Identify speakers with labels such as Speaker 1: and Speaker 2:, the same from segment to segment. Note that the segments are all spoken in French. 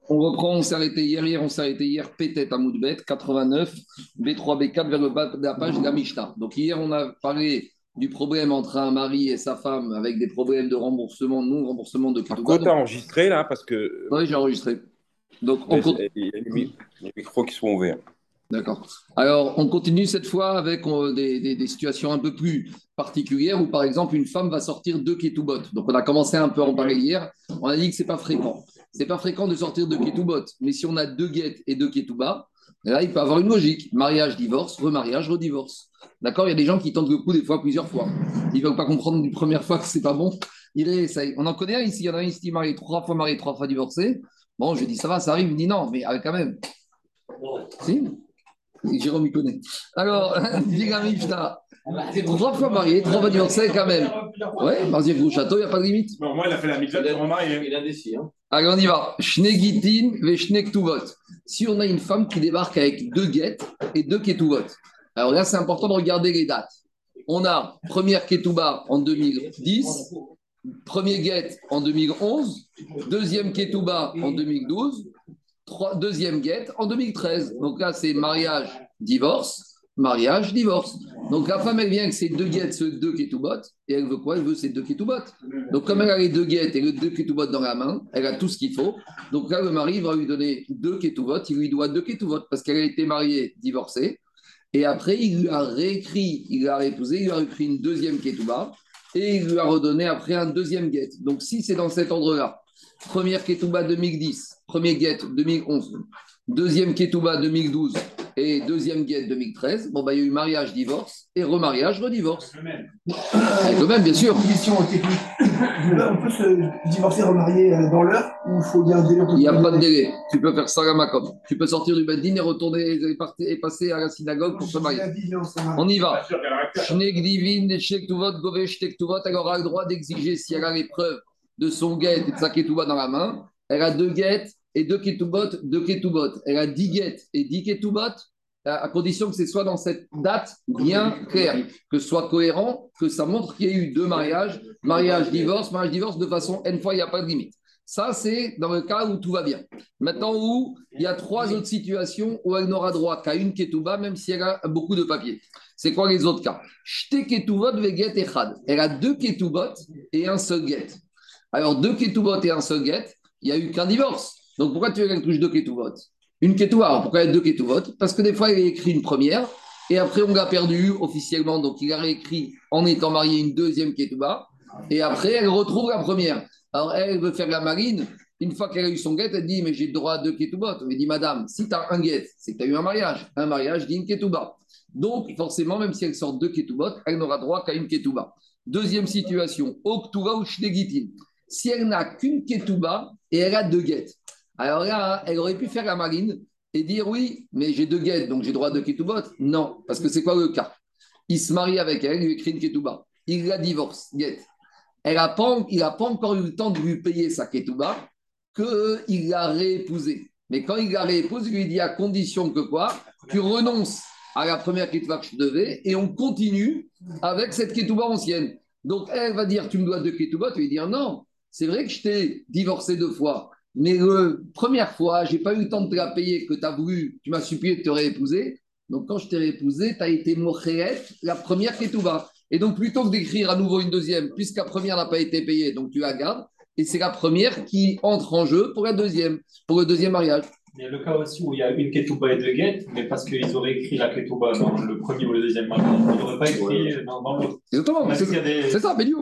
Speaker 1: On reprend, on s'est arrêté hier. Hier, on s'est arrêté hier, Pétet à Moudbet, 89, B3, B4, vers le bas de la page de la Mishnah. Donc, hier, on a parlé du problème entre un mari et sa femme avec des problèmes de remboursement, non-remboursement de
Speaker 2: Par
Speaker 1: Ketouba.
Speaker 2: contre, tu
Speaker 1: Donc,
Speaker 2: as enregistré là, parce que
Speaker 1: oui, j'ai enregistré. Donc, on
Speaker 2: laisse-
Speaker 1: compte.
Speaker 2: il y a les micros qui sont ouverts.
Speaker 1: D'accord. Alors, on continue cette fois avec des situations un peu plus particulières où, par exemple, une femme va sortir deux ketubot. Donc, on a commencé un peu à en parler hier. On a dit que c'est pas fréquent. C'est pas fréquent de sortir deux ketubot. Mais si on a deux guettes et deux ketubas, là, il peut avoir une logique. Mariage, divorce, remariage, redivorce. D'accord. Il y a des gens qui tentent le coup des fois plusieurs fois. Ils ne veulent pas comprendre une première fois que c'est pas bon. Ils réessayent. On en connaît un ici. Il y en a un ici marié, trois fois divorcé. Bon, je dis ça va, ça arrive. Il me dit non, mais quand même. Si. Jérôme, il connaît. Alors, dit la Mishnah, trois fois marié, trois fois divorcé quand même. Ouais, Marzier au château, il n'y a pas de limite.
Speaker 3: Non, moi, il a fait la mitzvah de se remarier. Il a décidé. Hein.
Speaker 1: Allez, on y va. Shnegitin ve shnektuvot. Si on a une femme qui débarque avec deux guettes et deux ketuvot, alors là, c'est important de regarder les dates. On a première ketuba en 2010, premier guette en 2011, deuxième ketuba en 2012, deuxième guette en 2013. Donc là, c'est mariage, divorce, mariage, divorce. Donc la femme, elle vient avec ses deux guettes, ses deux ketubot, et elle veut quoi? Elle veut ses deux ketubot. Donc comme elle a les deux guettes et les deux ketubot dans la main, elle a tout ce qu'il faut. Donc là, le mari va lui donner deux ketubot, il lui doit deux ketubot parce qu'elle a été mariée, divorcée. Et après, il lui a réécrit, il l'a épousé, il lui a repris une deuxième ketuba et il lui a redonné après un deuxième guette. Donc si c'est dans cet ordre-là, première Ketouba 2010, premier guette 2011, deuxième Ketouba 2012 et deuxième guette 2013. Bon, bah, il y a eu mariage, divorce et remariage, redivorce. Avec le même, bien sûr.
Speaker 4: Question technique. On peut se divorcer, remarier dans l'heure ou il faut bien un délai?
Speaker 1: Il n'y a pas de délai. Tu peux faire ça à Makom. Tu peux sortir du Beddin et retourner et passer à la synagogue pour se marier. On y va. Alors, elle aura le droit d'exiger, si elle a les preuves de son guette et de sa ketouba dans la main, elle a deux guettes et deux ketubot. Elle a 10 guettes et 10 ketubot, à condition que ce soit dans cette date bien claire, que ce soit cohérent, que ça montre qu'il y a eu deux mariages, mariage, divorce, de façon, une fois, il n'y a pas de limite. Ça, c'est dans le cas où tout va bien. Maintenant, où il y a trois autres situations où elle n'aura droit qu'à une ketouba, même si elle a beaucoup de papiers. C'est quoi les autres cas? Shte ketubot veget echad. Elle a deux ketubot et un seul get. Alors, deux ketubot et un seul get, il n'y a eu qu'un divorce. Donc, pourquoi tu veux qu'elle touche deux ketubot? Une ketouba. Alors, pourquoi il y a deux ketubot? Parce que des fois, il a écrit une première et après, on l'a perdu officiellement. Donc, il a réécrit en étant marié une deuxième ketouba et après, elle retrouve la première. Alors, elle veut faire la marine. Une fois qu'elle a eu son guet, elle dit, mais j'ai le droit à deux ketubot. On lui dit, madame, si tu as un guet, c'est que tu as eu un mariage. Un mariage dit une ketouba. Donc, forcément, même si elle sort deux ketubot, elle n'aura droit qu'à une ketouba. Deuxième situation, oktuba ou shnegitin. Si elle n'a qu'une ketouba et elle a deux guettes, alors là, elle aurait pu faire la marine et dire, oui, mais j'ai deux guettes, donc j'ai droit à deux ketubot. Non, parce que c'est quoi le cas? Il se marie avec elle, il lui écrit une ketouba. Il la divorce, guette. Il n'a pas encore eu le temps de lui payer sa ketouba qu'il l'a réépousée. Mais quand il la réépouse, il lui dit à condition que quoi? Tu renonces à la première ketouba que je te devais et on continue avec cette ketouba ancienne. Donc elle va dire tu me dois deux ketouba, tu vas lui dire non, c'est vrai que je t'ai divorcé deux fois, mais la première fois, j'ai pas eu le temps de te la payer que tu as voulu, tu m'as supplié de te réépouser. Donc quand je t'ai réépousé, tu as été mochéet, la première ketouba. Et donc plutôt que d'écrire à nouveau une deuxième, puisque la première n'a pas été payée, donc tu la gardes, et c'est la première qui entre en jeu pour la deuxième, pour le deuxième mariage.
Speaker 3: Il y a le cas aussi où il y a une ketouba et deux guettes, mais parce qu'ils auraient écrit la ketouba dans le premier ou le deuxième mariage, ils n'auraient pas écrit dans l'autre.
Speaker 1: Exactement, c'est ça, Béliou,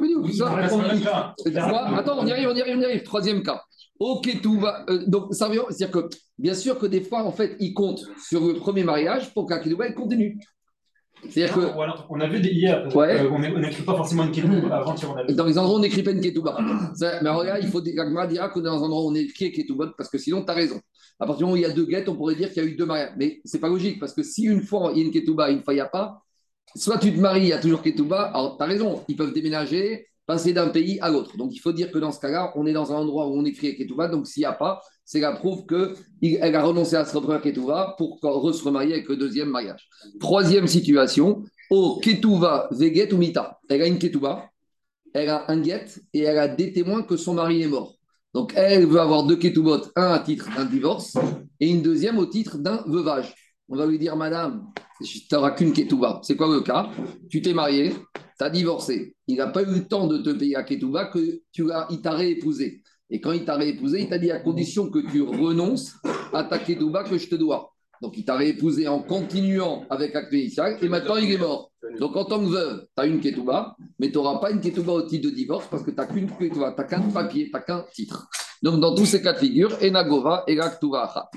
Speaker 1: Attends, on y arrive. Troisième cas. Au ketouba, donc ça veut dire que, bien sûr que des fois, en fait, ils comptent sur le premier mariage pour que la ketouba, elle continue. C'est-à-dire que.
Speaker 3: Alors, on a vu hier,
Speaker 1: ouais.
Speaker 3: on n'écrit pas forcément une ketouba avant on a vu.
Speaker 1: Dans les endroits où on n'écrit pas une ketouba. Mais regarde, l'Agma dira qu'on est dans un endroit où on écrit ketouba parce que sinon, tu as raison. À partir du moment où il y a deux guettes, on pourrait dire qu'il y a eu deux mariages. Mais c'est pas logique parce que si une fois il y a une ketouba, une fois il n'y a pas, soit tu te maries, il y a toujours ketouba. Alors, tu as raison, ils peuvent déménager, passer d'un pays à l'autre. Donc, il faut dire que dans ce cas-là, on est dans un endroit où on écrit ketouba. Donc, s'il n'y a pas, c'est la preuve qu'elle a renoncé à se première ketouba pour se remarier avec le deuxième mariage. Troisième situation, au ketouva veget ou mita. Elle a une ketouba, elle a un guet et elle a des témoins que son mari est mort. Donc, elle veut avoir deux ketubot, un à titre d'un divorce et une deuxième au titre d'un veuvage. On va lui dire, madame, tu n'auras qu'une ketuba. C'est quoi le cas? Tu t'es marié, tu as divorcé. Il n'a pas eu le temps de te payer la ketuba que il t'a réépousé. Et quand il t'a réépousé, il t'a dit à condition que tu renonces à ta ketuba que je te dois. Donc, il t'a réépousé en continuant avec l'acte initial et maintenant il est mort. Donc, en tant que veuve, tu as une ketuba, mais tu n'auras pas une ketuba au titre de divorce parce que tu n'as qu'une ketuba, tu n'as qu'un papier, tu n'as qu'un titre. Donc, dans tous ces cas de figure, Enagova et Raktuva.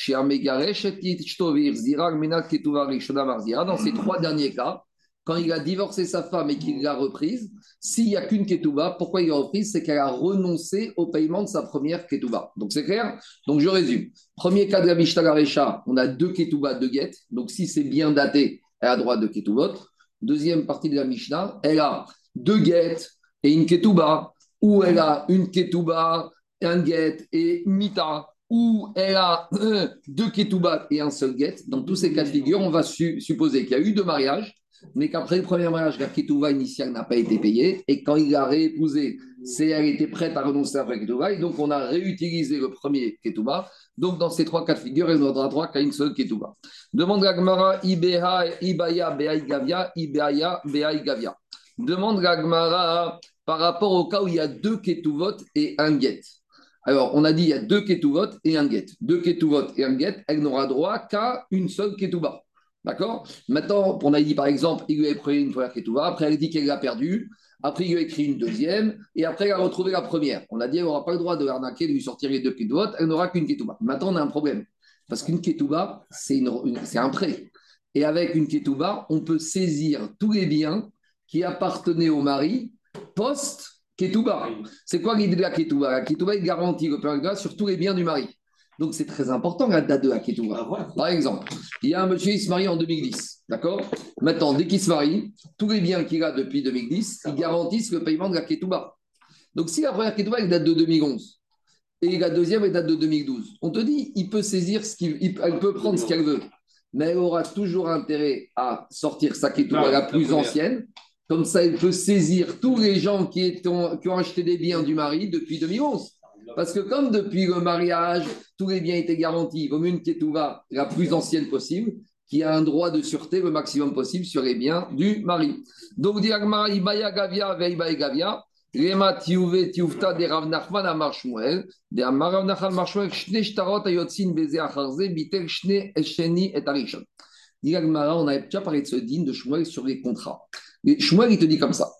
Speaker 1: Dans ces trois derniers cas, quand il a divorcé sa femme et qu'il l'a reprise, s'il n'y a qu'une ketouba, pourquoi il l'a reprise? C'est qu'elle a renoncé au paiement de sa première ketouba. Donc c'est clair? Donc je résume. Premier cas de la Mishnah Garesha, on a deux ketouba, deux guettes. Donc si c'est bien daté, elle a droit de ketubot. Deuxième partie de la Mishnah, elle a deux guettes et une ketouba, ou elle a une ketouba, un guet et mita, ou elle a deux ketouba et un seul guet. Dans tous ces cas de figure, on va supposer qu'il y a eu deux mariages, mais qu'après le premier mariage, la ketouba initiale n'a pas été payée, et quand il l'a réépousée, elle était prête à renoncer après ketouba, et donc on a réutilisé le premier ketouba. Donc dans ces trois cas de figure, elle n'aura droit qu'à une seule ketouba. Demande la Gemara, Ibaya Beaï Gavia, Ibaya Beaï Gavia. Demande la Gemara par rapport au cas où il y a deux ketuvot et un guet. Alors, on a dit il y a deux ketuvot et un guet. Deux ketuvot et un guet, elle n'aura droit qu'à une seule ketuba. D'accord? Maintenant, on a dit par exemple, il lui a pris une première ketuba, après elle a dit qu'elle l'a perdue, après il lui a écrit une deuxième, et après elle a retrouvé la première. On a dit qu'elle n'aura pas le droit de l'arnaquer, de lui sortir les deux ketuvot, elle n'aura qu'une ketuba. Maintenant, on a un problème. Parce qu'une ketuba, c'est un prêt. Et avec une ketuba, on peut saisir tous les biens qui appartenaient au mari post-ketuba. C'est quoi l'idée de la ketuba? La ketuba, il garantit le père sur tous les biens du mari. Donc, c'est très important la date de la ketuba. Par exemple, il y a un monsieur, il se marie en 2010. D'accord? Maintenant, dès qu'il se marie, tous les biens qu'il a depuis 2010, ils garantissent le paiement de la ketuba. Donc, si la première ketuba, elle date de 2011 et la deuxième, elle date de 2012, on te dit, il peut saisir elle peut prendre ce qu'elle veut, mais elle aura toujours intérêt à sortir sa ketuba la plus ancienne. Comme ça, elle peut saisir tous les gens qui ont acheté des biens du mari depuis 2011. Parce que comme depuis le mariage, tous les biens étaient garantis, comme une ketouva la plus ancienne possible, qui a un droit de sûreté le maximum possible sur les biens du mari. Donc, Diagma, Ibaya Gavia, Veibae Gavia, Rema Tiouve, Tioufta, de Rav Nachman à Marshmuel, de Rav Nachman Marshmuel, Shne Shtarot, Ayotzin, Beze Acharze, Bitel, Shne, Esheni et Arishon. Diagmara, on avait déjà parlé de ce din de Shmuel sur les contrats. Shmuel, il te dit comme ça.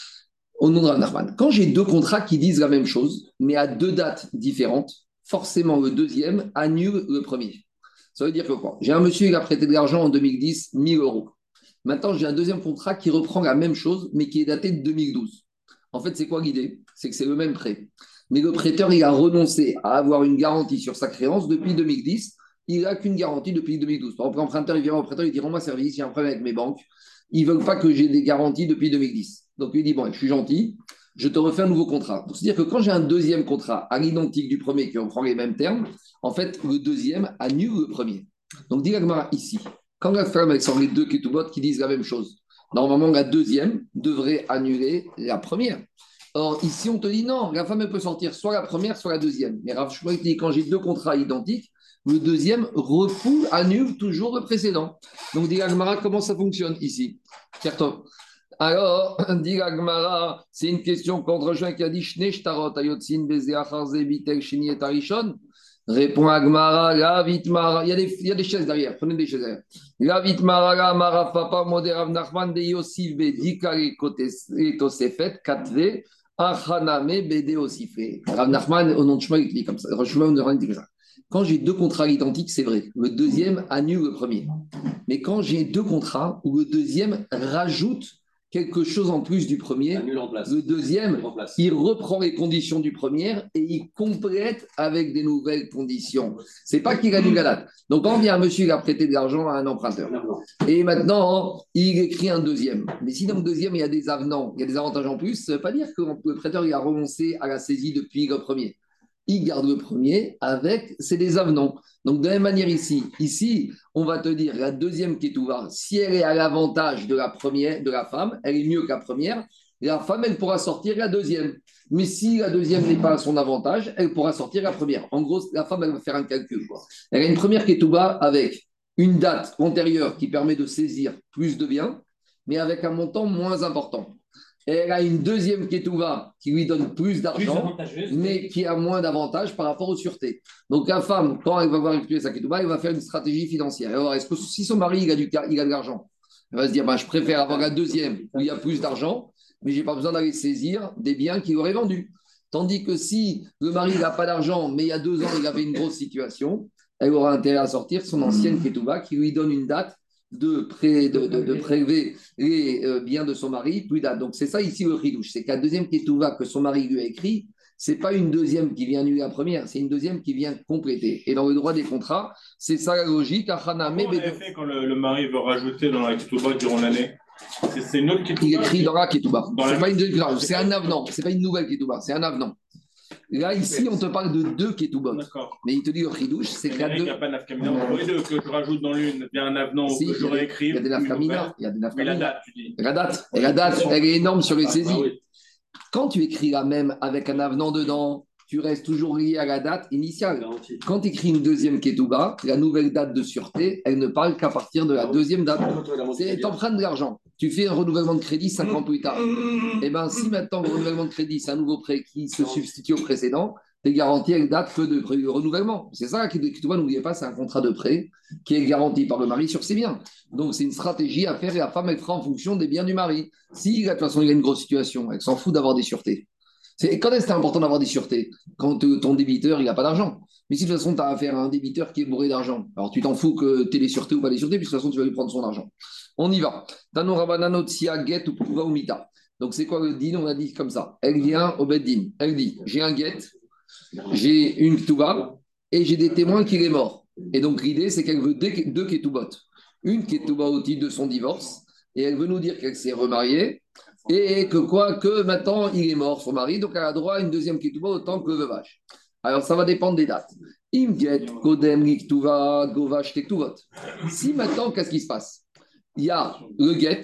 Speaker 1: Au nom de Rav Nachman. Quand j'ai deux contrats qui disent la même chose, mais à deux dates différentes, forcément le deuxième annule le premier. Ça veut dire que quoi? J'ai un monsieur qui a prêté de l'argent en 2010, 1000 euros. Maintenant, j'ai un deuxième contrat qui reprend la même chose, mais qui est daté de 2012. En fait, c'est quoi l'idée? C'est que c'est le même prêt. Mais le prêteur, il a renoncé à avoir une garantie sur sa créance depuis 2010. Il n'a qu'une garantie depuis 2012. Par exemple, l'emprunteur, il vient au prêteur, il dit rends-moi service, j'ai un problème avec mes banques. Ils ne veulent pas que j'ai des garanties depuis 2010. Donc, il dit, bon, je suis gentil, je te refais un nouveau contrat. C'est-à-dire que quand j'ai un deuxième contrat à l'identique du premier qui reprend les mêmes termes, en fait, le deuxième annule le premier. Donc, dit l'Agmara ici, quand la femme avec les deux ketubot qui disent la même chose, normalement, la deuxième devrait annuler la première. Or, ici, on te dit non, la femme elle peut sortir soit la première, soit la deuxième. Mais Rav Shmuel dit, quand j'ai deux contrats identiques, le deuxième annule toujours le précédent. Donc, dit l'Agmara, comment ça fonctionne ici? Kertov. Alors, dit l'Agmara, c'est une question qu'on rejoint qui a dit Shne Shtarot Ayotzin Beze Acharze Bitel Sheni et Arishon. Répond Agmara, la vitmara. Il y a des chaises derrière, prenez des chaises derrière. La vitmara, la mara papa moderav Nachman de Yosif Bedika et Tosefet Katve Achaname Bede Osifé. Rav Nachman, au nom de Shmuel, il dit comme ça. Shmuel dit comme ça. Quand j'ai deux contrats identiques, c'est vrai. Le deuxième annule le premier. Mais quand j'ai deux contrats où le deuxième rajoute quelque chose en plus du premier, le deuxième, il reprend les conditions du premier et il complète avec des nouvelles conditions. C'est pas qu'il annule la date. Donc, quand on dit un monsieur, il a prêté de l'argent à un emprunteur. Et maintenant, il écrit un deuxième. Mais si dans le deuxième, il y a des avenants, il y a des avantages en plus, ça ne veut pas dire que le prêteur il a renoncé à la saisie depuis le premier. Il garde le premier avec, c'est des avenants. Donc, de la même manière ici, on va te dire, la deuxième ketouva, si elle est à l'avantage de la première, de la femme, elle est mieux que la première, la femme, elle pourra sortir la deuxième. Mais si la deuxième n'est pas à son avantage, elle pourra sortir la première. En gros, la femme, elle va faire un calcul, quoi. Elle a une première ketouba avec une date antérieure qui permet de saisir plus de biens, mais avec un montant moins important. Et elle a une deuxième ketouba qui lui donne plus d'argent, mais qui a moins d'avantages par rapport aux sûretés. Donc la femme, quand elle va voir récupérer sa ketouba, elle va faire une stratégie financière. Alors, est-ce que si son mari il a de l'argent, elle va se dire, je préfère avoir la deuxième où il y a plus d'argent, mais je n'ai pas besoin d'aller saisir des biens qu'il aurait vendus. Tandis que si le mari n'a pas d'argent, mais il y a 2 ans, il avait une grosse situation, elle aura intérêt à sortir son ancienne ketouba qui lui donne une date de prélever les biens de son mari, plus date. Donc c'est ça ici le ridouche, c'est que la deuxième ketouba que son mari lui a écrit, c'est pas une deuxième qui vient annuler la première, c'est une deuxième qui vient compléter. Et dans le droit des contrats, c'est ça la logique.
Speaker 5: Comment on avait fait quand le mari veut rajouter dans la ketouba durant l'année? C'est une autre ketouba.
Speaker 1: Il écrit dans la ketouba. C'est un avenant, c'est pas une nouvelle ketouba, c'est un avenant. Là, ici, on te parle de 2 ketubot.
Speaker 5: D'accord.
Speaker 1: Mais il te dit le chidouche, c'est qu'il y a 2.
Speaker 5: Il n'y a pas de nafkamina entre les deux, que je rajoute dans l'une, il y a un avenant que j'aurais écrit.
Speaker 1: Il y a des nafkamina. Mais
Speaker 5: la date, tu dis.
Speaker 1: La date, elle est énorme sur les saisies. Oui. Quand tu écris la même avec un avenant dedans, tu restes toujours lié à la date initiale. Quand tu écris une deuxième ketouba, la nouvelle date de sûreté, elle ne parle qu'à partir de la deuxième date. Tu empruntes de l'argent. Tu fais un renouvellement de crédit 5 ans plus tard. Et bien, si maintenant le renouvellement de crédit, c'est un nouveau prêt qui se substitue au précédent, tu es garanti avec date que de renouvellement. C'est ça qui doit, n'oubliez pas, c'est un contrat de prêt qui est garanti par le mari sur ses biens. Donc, c'est une stratégie à faire et la femme, elle fera en fonction des biens du mari. Si, de toute façon, il y a une grosse situation, elle s'en fout d'avoir des sûretés. Quand est-ce que c'est important d'avoir des sûretés? Quand ton débiteur, il n'a pas d'argent. Mais si de toute façon, tu as affaire à un débiteur qui est bourré d'argent, alors tu t'en fous que tu aies les sûretés ou pas les sûretés, puisque de toute façon, tu vas lui prendre son argent. On y va. Tano Rabanano Tsia Get ou Pouva ou Mita. Donc, c'est quoi le din? On a dit comme ça. Elle vient au Beddin. Elle dit j'ai un get, j'ai une ketouba et j'ai des témoins qu'il est mort. Et donc, l'idée, c'est qu'elle veut 2 ketubot. Une ketouba au titre de son divorce et elle veut nous dire qu'elle s'est remariée. Et que maintenant il est mort, son mari, donc elle a droit à une deuxième ketouba autant que le veuvage. Alors ça va dépendre des dates. Imget, Kodem, Liktuva, Govash, Tektuvot. Si maintenant, qu'est-ce qui se passe? Il y a le get,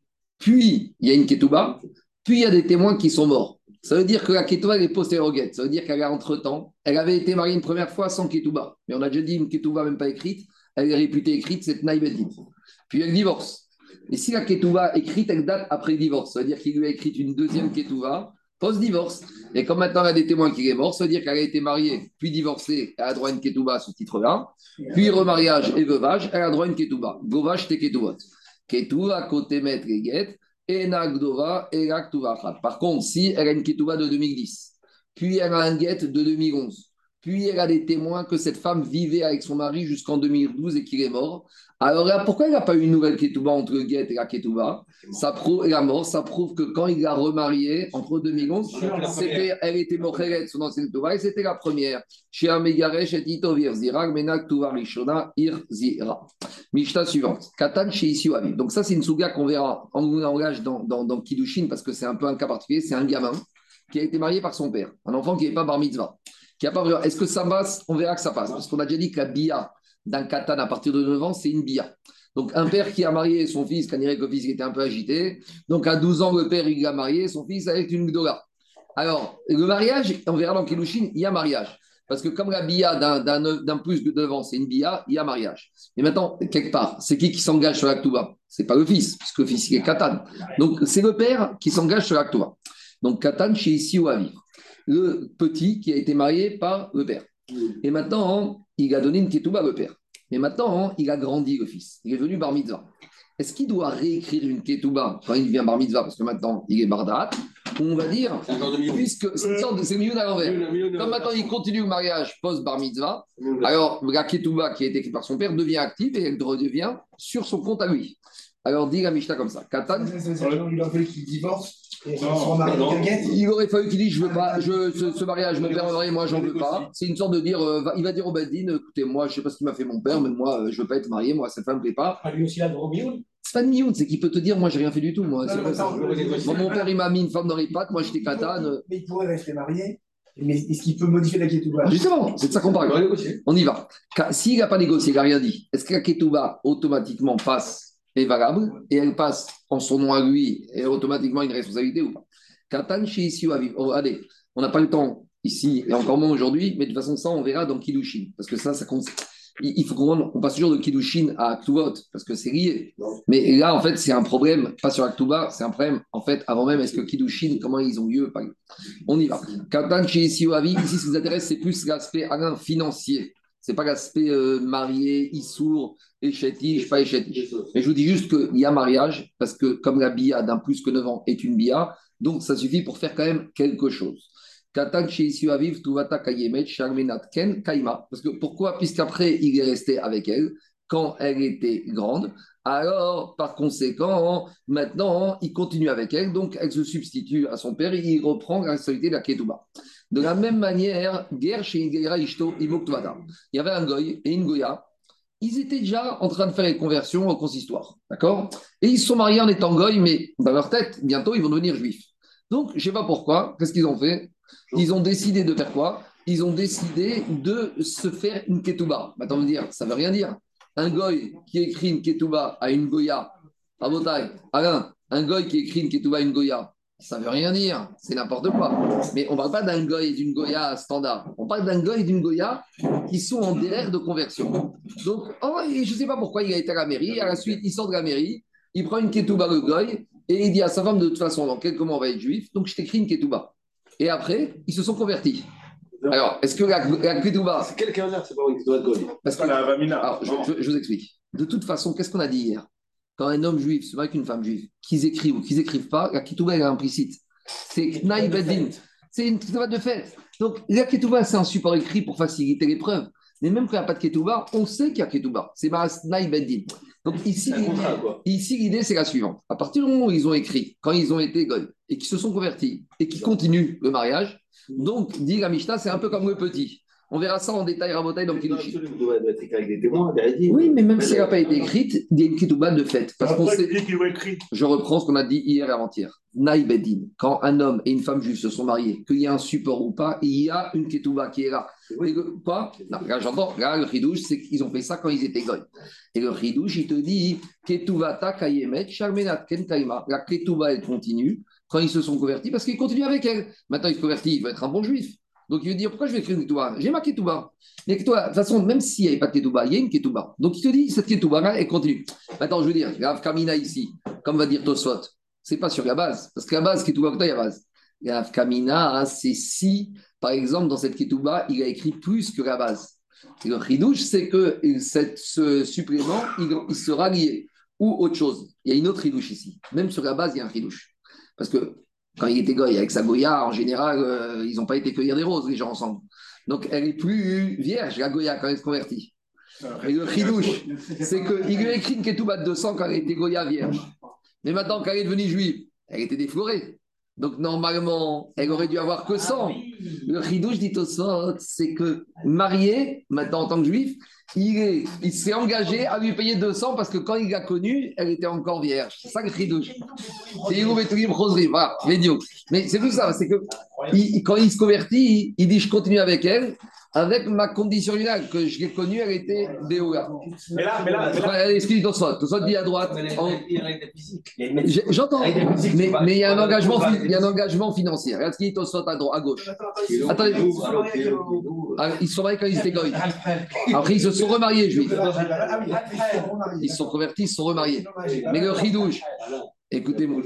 Speaker 1: puis il y a une ketouba, puis il y a des témoins qui sont morts. Ça veut dire que la ketouba est postérieure au get. Ça veut dire qu'elle a entre-temps, elle avait été mariée une première fois sans ketouba. Mais on a déjà dit une ketouba même pas écrite, elle est réputée écrite, c'est Tnaï Beddin. Puis elle divorce. Et si la ketouba écrite, elle date après le divorce, ça veut dire qu'il lui a écrit une deuxième ketouba post-divorce. Et comme maintenant elle a des témoins qu'il est mort, ça veut dire qu'elle a été mariée, puis divorcée, elle a droit à une ketouba à ce titre-là. Puis remariage et veuvage, elle a droit à une ketouba. Govash te ketubot. Ketouba côté maître et get, et nagdova et la. Par contre, si elle a une ketouba de 2010, puis elle a un get de 2011, puis elle a des témoins que cette femme vivait avec son mari jusqu'en 2012 et qu'il est mort. Alors là, pourquoi il n'a pas eu une nouvelle ketouba entre le get et la ketouba et la mort? Ça prouve que quand il l'a remariée, entre 2011, elle était mocheret, son ancienne ketouba, et c'était la première. Chez Amegaresh et Tito Virzira, Menak Tuva Rishona Irzira. Mishta suivante. Katan chez Issyu Aviv. Donc ça, c'est une souga qu'on verra en langage dans Kiddushin, parce que c'est un peu un cas particulier. C'est un gamin qui a été marié par son père, un enfant qui n'est pas bar mitzvah. Est-ce que ça passe? On verra que ça passe. Parce qu'on a déjà dit que la bia d'un katan à partir de 9 ans, c'est une bia. Donc, un père qui a marié son fils, quand il dirait que le fils était un peu agité. Donc, à 12 ans, le père, il a marié son fils avec une gdola. Alors, le mariage, on verra dans Kiddushin, il y a mariage. Parce que comme la bia d'un plus de 9 ans, c'est une bia, il y a mariage. Et maintenant, quelque part, c'est qui s'engage sur l'Aktuba? Ce n'est pas le fils, puisque le fils, il est katan. Donc, c'est le père qui s'engage sur l'Aktuba. Donc, katan chez ici ou à vivre. Le petit qui a été marié par le père. Et maintenant, il a donné une ketouba au père. Mais maintenant, il a grandi, le fils. Il est devenu bar mitzvah. Est-ce qu'il doit réécrire une ketouba quand il devient bar mitzvah? Parce que maintenant, il est bardat. Ou on va dire, puisque c'est une sorte de mieux à l'envers. Comme maintenant, il continue le mariage post-bar mitzvah, alors la ketouba qui a été écrite par son père devient active et elle redevient sur son compte à lui. Alors, dit la Mishnah comme ça. Katan.
Speaker 4: Il a fallu qu'il divorce.
Speaker 1: Il aurait fallu qu'il dise je veux pas, ce mariage, mon père m'a marié, moi j'en veux pas. C'est une sorte de dire, il va dire au Beddin, écoutez, moi je sais pas ce qu'il m'a fait mon père, mais moi je veux pas être marié, moi cette femme me plaît pas.
Speaker 4: Lui aussi, il a droit au mioun.
Speaker 1: C'est pas de mioun, c'est qu'il peut te dire, moi j'ai rien fait du tout, moi. Moi, mon père il m'a mis une femme dans les pattes, moi j'étais katane.
Speaker 4: Mais il pourrait rester marié. Mais est-ce qu'il peut modifier la ketouba?
Speaker 1: Justement, c'est de ça qu'on parle. On y va. S'il n'a pas négocié, il n'a rien dit, est-ce que la ketouba automatiquement passe est valable et elle passe en son nom à lui et automatiquement une responsabilité ou pas. Katan chez ici ou Aviv. Oh, allez, on n'a pas le temps ici et encore moins aujourd'hui, mais de toute façon, ça, on verra dans Kiddushin. Parce que ça compte. Il faut qu'on passe toujours de Kiddushin à Aktuvot, parce que c'est lié. Mais là, en fait, c'est un problème, pas sur Aktuba, c'est un problème, en fait, avant même, est-ce que Kiddushin, comment ils ont lieu pas lieu. On y va. Katan chez ici ou Aviv, ici, ce qui vous intéresse, c'est plus l'aspect financier. C'est pas l'aspect marié, issour, échetiche, pas échetiche. Mais je vous dis juste qu'il y a mariage, parce que comme la bia d'un plus que 9 ans est une bia, donc ça suffit pour faire quand même quelque chose. Katan chez Issu Aviv, Tuvata Kayemet, Sharmenat Ken, Kaima. Parce que pourquoi? Puisqu'après, il est resté avec elle quand elle était grande. Alors, par conséquent, maintenant, il continue avec elle, donc elle se substitue à son père et il reprend la responsabilité de la Ketouba. De la même manière, guerre chez Igeira Ishto, Imoktuvata. Il y avait un goy et une goya. Ils étaient déjà en train de faire les conversions au consistoire, d'accord? Et ils se sont mariés en étant goy, mais dans leur tête, bientôt, ils vont devenir juifs. Donc, je ne sais pas pourquoi, qu'est-ce qu'ils ont fait? Ils ont décidé de faire quoi? Ils ont décidé de se faire une ketouba. Attends, me dire, ça ne veut rien dire. Un goy qui écrit une ketouba à une goya, à Botaï, Alain, un goy qui écrit une ketouba à une goya, ça ne veut rien dire. C'est n'importe quoi. Mais on ne parle pas d'un goy et d'une goya standard. On parle d'un goy et d'une goya qui sont en DRR de conversion. Donc, je ne sais pas pourquoi il a été à la mairie. À la suite, il sort de la mairie, il prend une ketouba le goy et il dit à sa femme, de toute façon, dans quelques mois, on va être juif, donc je t'écris une ketouba. Et après, ils se sont convertis. Alors, est-ce que la ketouba...
Speaker 6: C'est quelqu'un là, c'est pas une ketouba de goy.
Speaker 1: Parce que,
Speaker 5: la Vamina.
Speaker 1: alors, je vous explique. De toute façon, qu'est-ce qu'on a dit hier? Quand un homme juif se marie avec une femme juive, qu'ils écrivent ou qu'ils n'écrivent pas, la ketouba elle est implicite. C'est Knaï Bedin. C'est une ketouba de fait. Donc, la ketouba, c'est un support écrit pour faciliter les preuves. Mais même quand il n'y a pas de ketouba, on sait qu'il y a ketouba. C'est Naï Bedin. Donc, ici, l'idée, c'est la suivante. À partir du moment où ils ont écrit, quand ils ont été goy, et qu'ils se sont convertis, et qu'ils continuent le mariage, donc, dit la Mishnah, c'est un peu comme le petit. On verra ça en détail, Rabotai, dans le Kiddushin. Oui, mais même si elle n'a pas été écrite, il y a une ketouba de fait. Parce qu'on sait... Je reprends ce qu'on a dit hier et avant-hier. Naï Bedin, quand un homme et une femme juive se sont mariés, qu'il y a un support ou pas, il y a une ketouba qui est là. Et quoi? Non, là, j'entends. Là, le chidouche, c'est qu'ils ont fait ça quand ils étaient goy. Et le chidouche, il te dit ketuvata kayemet sharmenat ken kaima. La ketouba, elle continue quand ils se sont convertis parce qu'ils continuent avec elle. Maintenant, il se convertit, il va être un bon juif. Donc, il veut dire, pourquoi je vais écrire une ketouba? J'ai ma ketouba. Mais de toute façon, même s'il n'y avait pas de ketouba, il y a une ketouba. Donc, il te dit, cette ketouba-là, elle continue. Maintenant, je veux dire, Rav Kamina ici, comme va dire Tosfot, c'est pas sur la base. Parce que la base, ketouba, il y a base. Rav Kamina, c'est si, par exemple, dans cette ketouba, il a écrit plus que la base. Et le chidouche, c'est que ce supplément, il sera lié. Ou autre chose. Il y a une autre chidouche ici. Même sur la base, il y a un chidouche. Parce que quand il était goy avec sa goya, en général, ils n'ont pas été cueillir des roses, les gens ensemble. Donc, elle est plus vierge, la goya, quand elle se convertit. Et le chidouche, c'est qu'il lui a écrit une ketouba de 200 quand elle était goya vierge. Mais maintenant, quand elle est devenue juive, elle était déflorée. Donc, normalement, elle aurait dû avoir que 100. Le chidouche dit au sort, c'est que marié, maintenant en tant que juif, il s'est engagé à lui payer 200 parce que quand il l'a connue, elle était encore vierge. C'est ça le chidouche. C'est voilà, médiocre. Mais c'est tout ça, c'est que quand il se convertit, il dit je continue avec elle, avec ma condition finale, que je l'ai connue, elle était Béoula.
Speaker 5: Mais là.
Speaker 1: Excuse Tosfot dit à droite. J'entends, mais il y a un engagement financier. Regarde ce qu'il dit Tosfot à gauche. Attendez, ils se sont mariés quand ils étaient goy. Après, ils se sont remariés, juifs. Ils se sont convertis, ils se sont remariés. Mais le chidouche, écoutez-moi.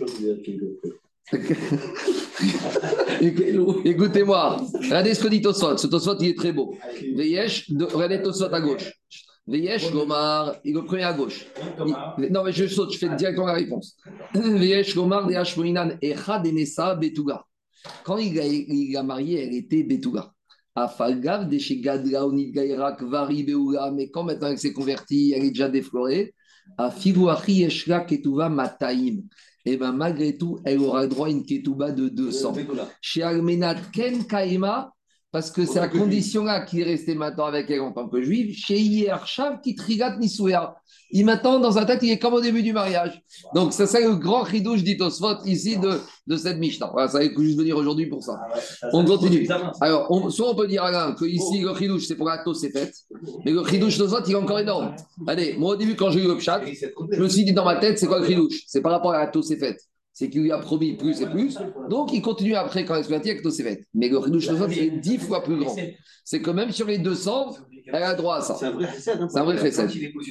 Speaker 1: Écoutez-moi, regardez ce que dit Tosfot. Ce Tosfot, il est très beau. Regardez Tosfot à gauche. Veyesh Gomar, il est le premier à gauche. Non, mais je saute, je fais directement la réponse. Veyesh Gomar, de Hashmoinan, Echa Denessa Betuga. Quand il a marié, elle était Betuga. Afalgav, de chez Gadra, Onidgaïrak, Vari Beoula, mais quand maintenant elle s'est convertie, elle est déjà déflorée. Afivuachi Eshla Ketuva Mataim. Et bien malgré tout, elle aura droit à une ketouba de 200. Chez Almenat Ken Kaima, Parce que c'est la condition-là qu'il est resté maintenant avec elle en tant que juif. Chez Yershav, qui trigat Nisouya. Il m'attend dans sa tête, il est comme au début du mariage. Donc, c'est le grand ridouche dit Tosfot ici de cette Mishnah. Voilà, ça va juste venir aujourd'hui pour ça. On continue. Alors, soit on peut dire Alain que ici, le ridouche, c'est pour la Tosefet. Mais le ridouche Tosfot, il est encore énorme. Allez, moi, au début, quand j'ai eu le pshat, je me suis dit dans ma tête, c'est quoi le ridouche? C'est par rapport à la Tosefet. C'est qu'il lui a promis plus et plus. Donc, il continue après quand il exploite avec Tosefet. Mais le ridouche Tosfot, c'est 10 fois plus grand. C'est que même sur les 200, elle a droit à ça. C'est un vrai chesed. C'est un vrai chesed.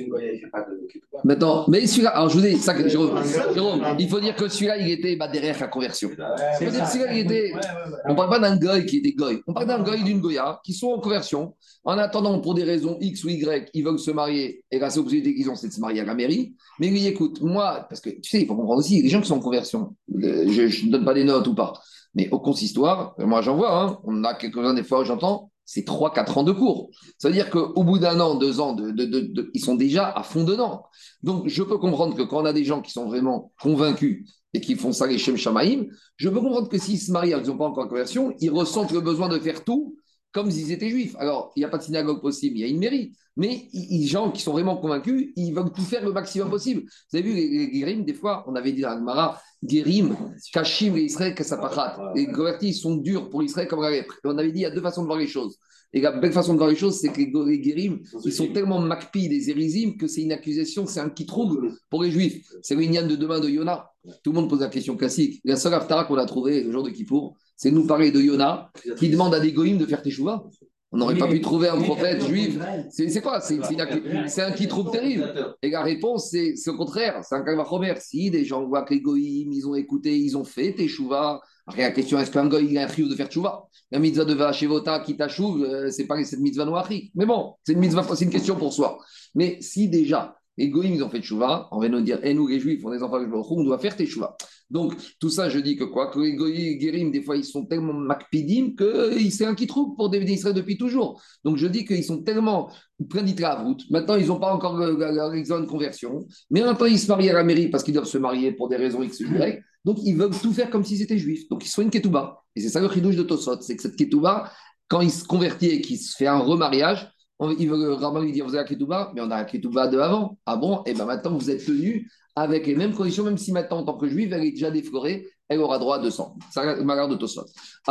Speaker 1: Maintenant, mais celui-là, alors je vous dis, ça, Jérôme, il faut dire que celui-là, il était derrière la conversion. Il faut dire que celui-là, il était. On ne parle pas d'un goy qui était goy. On parle d'un goy d'une goya qui sont en conversion. En attendant, pour des raisons X ou Y, ils veulent se marier. Et la seule possibilité qu'ils ont, c'est de se marier à la mairie. Mais lui, écoute, moi, parce que tu sais, il faut comprendre aussi, les gens qui sont en conversion, je ne donne pas des notes ou pas. Mais au consistoire, moi j'en vois, hein, on a quelques-uns des fois où j'entends, c'est 3-4 ans de cours. Ça veut dire qu'au bout d'un an, 2 ans, ils sont déjà à fond dedans. Donc je peux comprendre que quand on a des gens qui sont vraiment convaincus et qui font ça les Shem Shamaïm, je peux comprendre que s'ils se marient alors qu'ils n'ont pas encore de conversion, ils ressentent le besoin de faire tout comme s'ils étaient juifs. Alors, il n'y a pas de synagogue possible, il y a une mairie. Mais les gens qui sont vraiment convaincus, ils veulent tout faire le maximum possible. Vous avez vu, les guérim, des fois, on avait dit dans Agmara, guérim, kashim, les Israël, kassapachat. Les convertis, ils sont durs pour l'Israël comme la lèpre. Et on avait dit, il y a deux façons de voir les choses. Et la belle façon de voir les choses, c'est que les guérim, ils sont tellement makpi des érysim que c'est une accusation, c'est un qui trouble pour les juifs. C'est l'ignan de demain de Yona. Tout le monde pose la question classique. La seule haftara qu'on a trouvée le jour de Kippour, c'est nous parler de Yona qui demande à des goïms de faire teshuva. On n'aurait pas pu trouver un prophète juif. C'est quoi? C'est un qui trouve terrible. Et la réponse, c'est au contraire. C'est un kalvachomer. Si des gens voient que les goïms, ils ont écouté, ils ont fait teshuva. Après, la question, est-ce qu'un goïm a un chiyuv de faire teshuva? La mitzvah de Vachevota qui t'achouve, c'est pas cette mitzvah noachik. Mais bon, c'est une question pour soi. Mais si déjà, les goïms, ils ont fait teshuva, on va nous dire, nous les juifs, on est des enfants de Baruch Hu, on doit faire teshuva. Donc, tout ça, je dis que quoi? Que les goïms, guérim, des fois, ils sont tellement makpidim que c'est un qui trouve pour des Israël depuis toujours. Donc, je dis qu'ils sont tellement plein d'itra à route. Maintenant, ils n'ont pas encore leur examen de conversion. Mais en même temps, ils se marient à la mairie parce qu'ils doivent se marier pour des raisons X ou Y. Donc, ils veulent tout faire comme s'ils étaient juifs. Donc, ils sont une ketouba. Et c'est ça le chidouche de Tosot. C'est que cette ketouba, quand il se convertit et qu'il se fait un remariage, il veut rarement lui dire, vous avez la ketouba, mais on a la ketouba de avant. Ah bon? Et bien maintenant, vous êtes tenus avec les mêmes conditions, même si maintenant, en tant que juive, elle est déjà déflorée, elle aura droit à 200. C'est la marque de Tosot.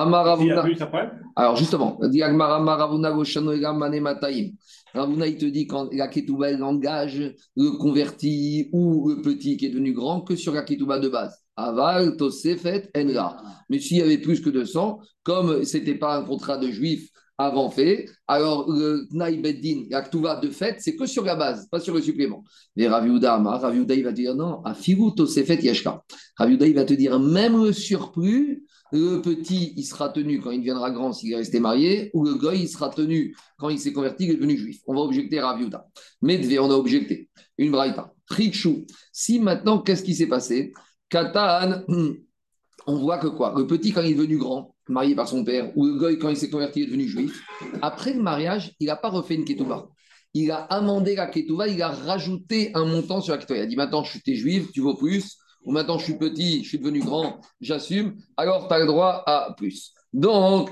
Speaker 1: Alors justement, Ravuna, il te dit quand la ketouba, elle engage le converti ou le petit qui est devenu grand que sur la ketouba de base. Aval, Tosefet, Enra. Mais s'il y avait plus que 200, comme ce n'était pas un contrat de juif avant fait, alors le Tnaï Beddin, la ketouba de fait, c'est que sur la base, pas sur le supplément. Mais Rav Yehuda, il va te dire non, à Figu Tosefet Yeshka. Rav Yehuda, il va te dire même le surplus, le petit, il sera tenu quand il deviendra grand s'il est resté marié, ou le goy, il sera tenu quand il s'est converti, il est devenu juif. On va objecter Rav Yehuda. Medve, on a objecté. Une braïta. Trichou. Si maintenant, qu'est-ce qui s'est passé? Katan, on voit que quoi? Le petit, quand il est devenu grand, marié par son père, ou le goy, quand il s'est converti, il est devenu juif, après le mariage, il n'a pas refait une ketouba. Il a amendé la ketouba, il a rajouté un montant sur la ketouba. Il a dit maintenant, je suis juif, tu vaux plus. Ou maintenant, je suis petit, je suis devenu grand, j'assume. Alors, tu as le droit à plus. Donc,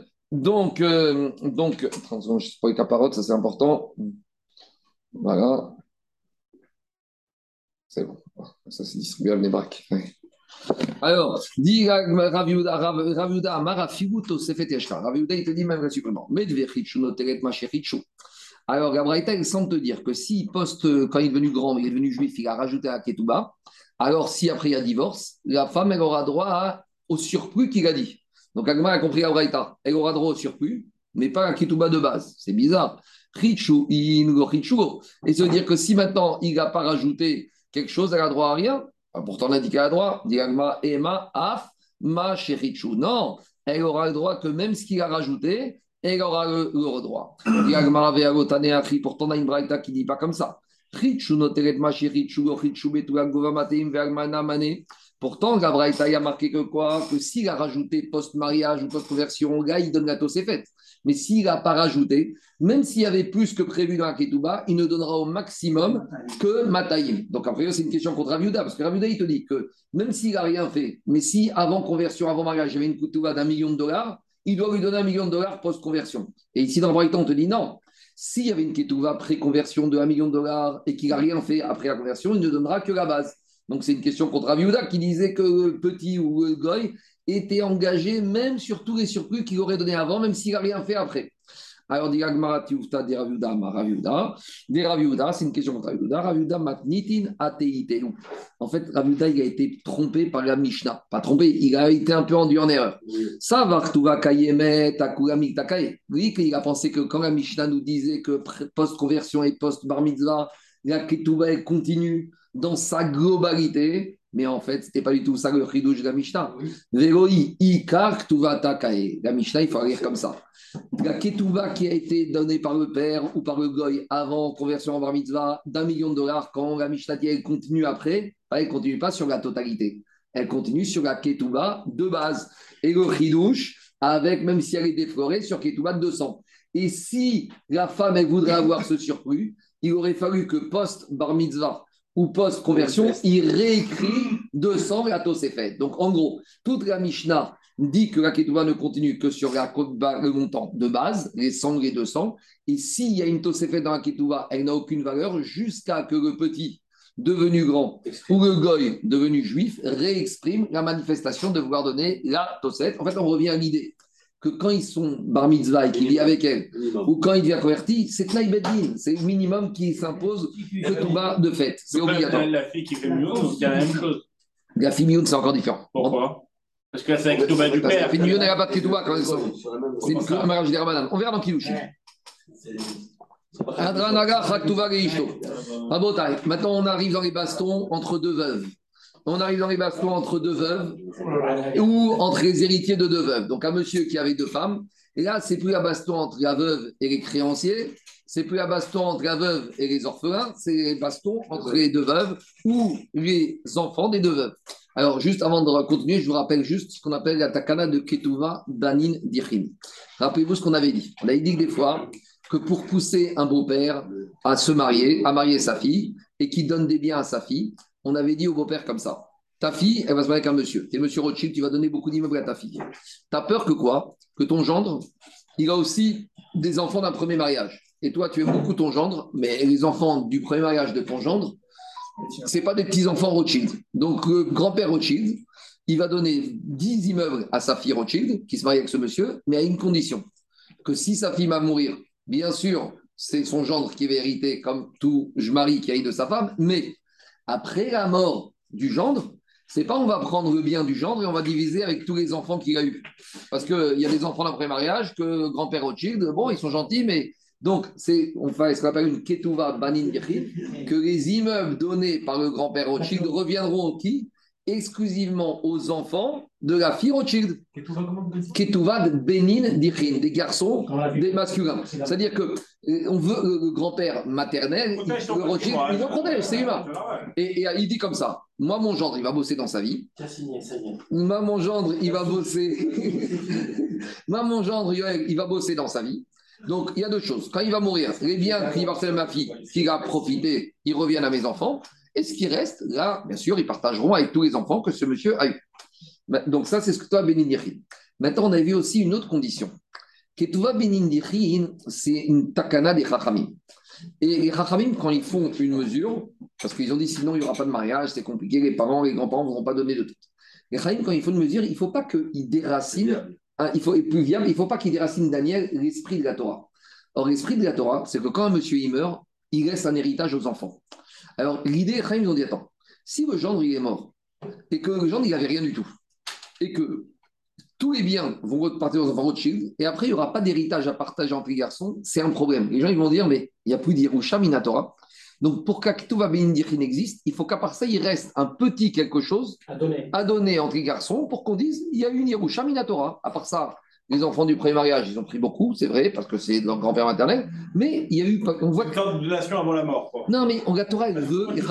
Speaker 1: attends, je sais pas les caparottes, ça c'est important. Voilà. C'est bon. Ça c'est distribué à Bnei-Brak. Alors, dit Rav Yehuda, Amara Figuto Sefet Yeshka. Rav Yehuda, il te dit même le supplément. Medvechichu noteret machechichu. Alors, la Braïta, elle semble te dire que si poste, quand il est devenu grand, il est devenu juif, il a rajouté à Ketouba, alors si après il y a divorce, la femme, elle aura droit au surplus qu'il a dit. Donc, Agma a compris la Braïta. Elle aura droit au surplus, mais pas à Ketouba de base. C'est bizarre. Richu, et ça veut dire que si maintenant il n'a pas rajouté quelque chose, elle a droit à rien. Pourtant, on a dit qu'elle a droit. Diagma, Ema, Af, Ma, Sherichu. Non, elle aura le droit que même ce qu'il a rajouté, elle aura le droit. Diagma, Veagotane, Afri. Pourtant, on a une braïta qui ne dit pas comme ça. Richu, Noteret, Ma, Sherichu, Richu, Betua, Govamateim, Veagmana, Mane. Pourtant, la braïta, il a marqué que quoi? Que s'il a rajouté post-mariage ou post-conversion au gars, il donne la Tosefet. Mais s'il n'a pas rajouté, même s'il y avait plus que prévu dans la Ketouba, il ne donnera au maximum que Mataïm. Donc après, c'est une question contre Rav Yehuda, parce que Rav Yehuda, il te dit que même s'il n'a rien fait, mais si avant conversion, avant mariage, il y avait une Ketouba d'1 million de dollars, il doit lui donner $1 million post-conversion. Et ici, dans le Braïton, on te dit non. S'il y avait une ketouva pré-conversion de $1 million et qu'il n'a rien fait après la conversion, il ne donnera que la base. Donc, c'est une question contre Rav Yehuda qui disait que le petit ou le goy était engagé même sur tous les surplus qu'il aurait donné avant, même s'il n'a rien fait après. Alors, dit Agmara Tioufta des Rav Yehuda, ma Rav Yehuda. Des Rav Yehuda, c'est une question contre Rav Yehuda. Rav Yehuda matnitin ateitelu. En fait, Rav Yehuda, il a été trompé par la Mishnah. Pas trompé, il a été un peu enduit en erreur. Ça va, Ktuva Kayemet, Akulamik Takaye. Oui, il a pensé que quand la Mishnah nous disait que post-conversion et post-bar mitzvah, la Ketouba, elle continue dans sa globalité. Mais en fait, ce n'était pas du tout ça le chidouche de la Mishnah. Veroi, Ikar Ktuva Takaye. La Mishnah, il faut lire comme ça. La ketouva qui a été donnée par le père ou par le goy avant conversion en bar mitzvah $1 million, quand la Mishnah dit elle continue après, elle ne continue pas sur la totalité. Elle continue sur la ketouva de base. Et le chidouche, avec, même si elle est déflorée, sur ketouva de 200. Et si la femme, elle voudrait avoir ce surplus, il aurait fallu que post-bar mitzvah ou post-conversion, il réécrit 200 la Tosefet. Donc en gros, toute la Mishnah dit que la ketouva ne continue que sur le montant de base, les 100, les 200. Et s'il y a une Tosefet dans la ketouva, elle n'a aucune valeur jusqu'à que le petit devenu grand ou le goy devenu juif réexprime la manifestation de vouloir donner la Tosefet. En fait, on revient à l'idée que quand ils sont bar mitzvah et qu'il vit avec elle, ou quand il devient converti, c'est Tnaï Beddin, c'est le minimum qui s'impose ketouva de fait. C'est obligatoire.
Speaker 5: La fille qui fait mieux, c'est la même chose.
Speaker 1: La fille mioune, c'est encore différent.
Speaker 5: Pourquoi? Parce que là, c'est la ketouba du père.
Speaker 1: La fille mioune, elle n'a pas de ketouba quand elle sort. C'est un mariage des Ramadan. On verra dans Kilouchi. Maintenant, on arrive dans les bastons entre deux veuves. On arrive dans les bastons entre deux veuves ou entre les héritiers de deux veuves. Donc, un monsieur qui avait deux femmes. Et là, c'est plus la baston entre la veuve et les créanciers. C'est plus la baston entre la veuve et les orphelins. C'est les bastons entre les deux veuves ou les enfants des deux veuves. Alors, juste avant de continuer, je vous rappelle juste ce qu'on appelle la takana de Ketouva Banin Dichin. Rappelez-vous ce qu'on avait dit. On avait dit que des fois, que pour pousser un beau-père à se marier, à marier sa fille, et qui donne des biens à sa fille, on avait dit au beau-père comme ça. Ta fille, elle va se marier avec un monsieur. Tu es monsieur Rothschild, tu vas donner beaucoup d'immeubles à ta fille. Tu as peur que quoi? Que ton gendre, il a aussi des enfants d'un premier mariage. Et toi, tu aimes beaucoup ton gendre, mais les enfants du premier mariage de ton gendre, ce n'est pas des petits-enfants Rothschild. Donc, le grand-père Rothschild, il va donner 10 immeubles à sa fille Rothschild, qui se marie avec ce monsieur, mais à une condition. Que si sa fille va mourir, bien sûr, c'est son gendre qui va hériter, comme tout mari qui hérite de sa femme, mais après la mort du gendre, c'est pas on va prendre le bien du gendre et on va diviser avec tous les enfants qu'il a eu. Parce qu'il y a des enfants d'un pré-mariage que grand-père Rothschild, bon, ils sont gentils, mais donc on fait ce qu'on appelle une ketouva banin yechid, que les immeubles donnés par le grand-père Rothschild reviendront au qui? Exclusivement aux enfants de la fille Rothschild. Ketouva Benin Dichin, des garçons, des masculins. C'est-à-dire que on veut le grand-père maternel, le Rothschild, il le protège, c'est humain. Et il dit comme ça, moi mon gendre, il va bosser dans sa vie. Moi mon gendre, il va bosser. Moi mon gendre, il va bosser dans sa vie. Donc il y a deux choses. Quand il va mourir, les biens qu'il va faire ma fille, qu'il a profité, ils reviennent à mes enfants. Et ce qui reste, là, bien sûr, ils partageront avec tous les enfants que ce monsieur a eu. Donc ça, c'est ce que toi, Benin Dichin. Maintenant, on a vu aussi une autre condition. Ketouva Benin Dichin, c'est une takana des Chachamim. Et les Chachamim, quand ils font une mesure, parce qu'ils ont dit sinon il n'y aura pas de mariage, c'est compliqué, les parents, les grands-parents ne vont pas donner de tout. Les Chachamim, quand ils font une mesure, il ne faut pas qu'ils déracinent, il ne faut pas qu'ils déracinent Daniel, l'esprit de la Torah. Or, l'esprit de la Torah, c'est que quand un monsieur il meurt, il laisse un héritage aux enfants. Alors, l'idée, les Chachamim, ils ont dit attends, si le gendre il est mort, et que le gendre il n'avait rien du tout, et que tous les biens vont repartir aux enfants Rothschild, et après, il n'y aura pas d'héritage à partager entre les garçons, c'est un problème. Les gens, ils vont dire, mais il n'y a plus d'Yerusha Minatora. Donc, pour qu'Aktuva Benin Dichin existe, il faut qu'à part ça, il reste un petit quelque chose à donner entre les garçons pour qu'on dise, il y a une Yerusha Minatora. À part ça, les enfants du premier mariage, ils ont pris beaucoup, c'est vrai, parce que c'est leur grand-père maternel, mais il y a eu... On voit
Speaker 5: une sorte de donation avant la mort, quoi.
Speaker 1: Non, mais la Torah, elle veut...
Speaker 5: Les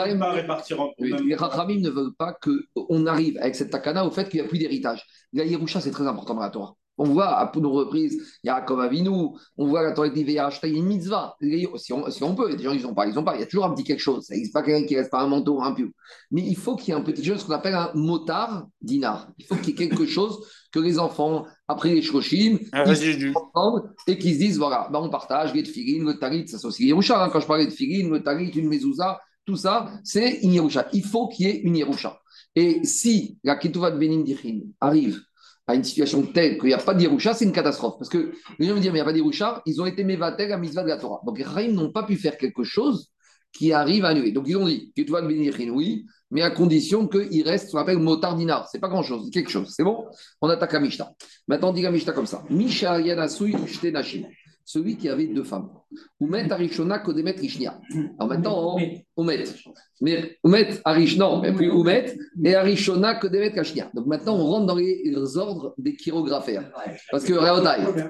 Speaker 1: Rachamim ne veulent pas qu'on arrive avec cette takana au fait qu'il n'y a plus d'héritage. La Yerusha, c'est très important dans la Torah. On voit à toutes nos reprises, il y a comme Avinu, on voit la Torah qui dit acheter une mitzvah. Si on peut, il y a des gens qui n'ont pas, il y a toujours un petit quelque chose. Ça n'existe pas quelqu'un qui reste par un manteau, un piou. Mais il faut qu'il y ait un petit chose qu'on appelle un motard dinar. Il faut qu'il y ait quelque chose que les enfants, après les Shloshim, ils
Speaker 2: Vas-y,
Speaker 1: se mettent ensemble et qu'ils se disent voilà, on partage les tefilin, le talit, ça c'est aussi Yerusha. Quand je parlais de tefilin, le talit, une mezouza, tout ça, c'est une Yerusha. Il faut qu'il y ait une Yerusha. Et si la Ketouvat Benin Dichin arrive à une situation telle qu'il n'y a pas d'Yerusha, c'est une catastrophe. Parce que les gens me disent, mais il n'y a pas d'Yerusha, ils ont été mévatel à Mitzvah de la Torah. Donc les Rahim n'ont pas pu faire quelque chose qui arrive à annuler. Donc ils ont dit, Ketouvat Benin Dichin, oui, mais à condition qu'il reste ce qu'on appelle motard dinar. C'est pas grand-chose, quelque chose. C'est bon. On attaque à Mishnah. Maintenant, on dit la Mishnah comme ça. Misha Yanasui Shte Nashim. Celui qui avait deux femmes. Oumet Arishona Kodemet Rishnia. Alors maintenant, Oumet. Mais Oumet Arish, non, et puis Oumet et Arishona Kodemet Kashnia. Donc maintenant, on rentre dans les ordres des chirographaires. Parce que Raotai.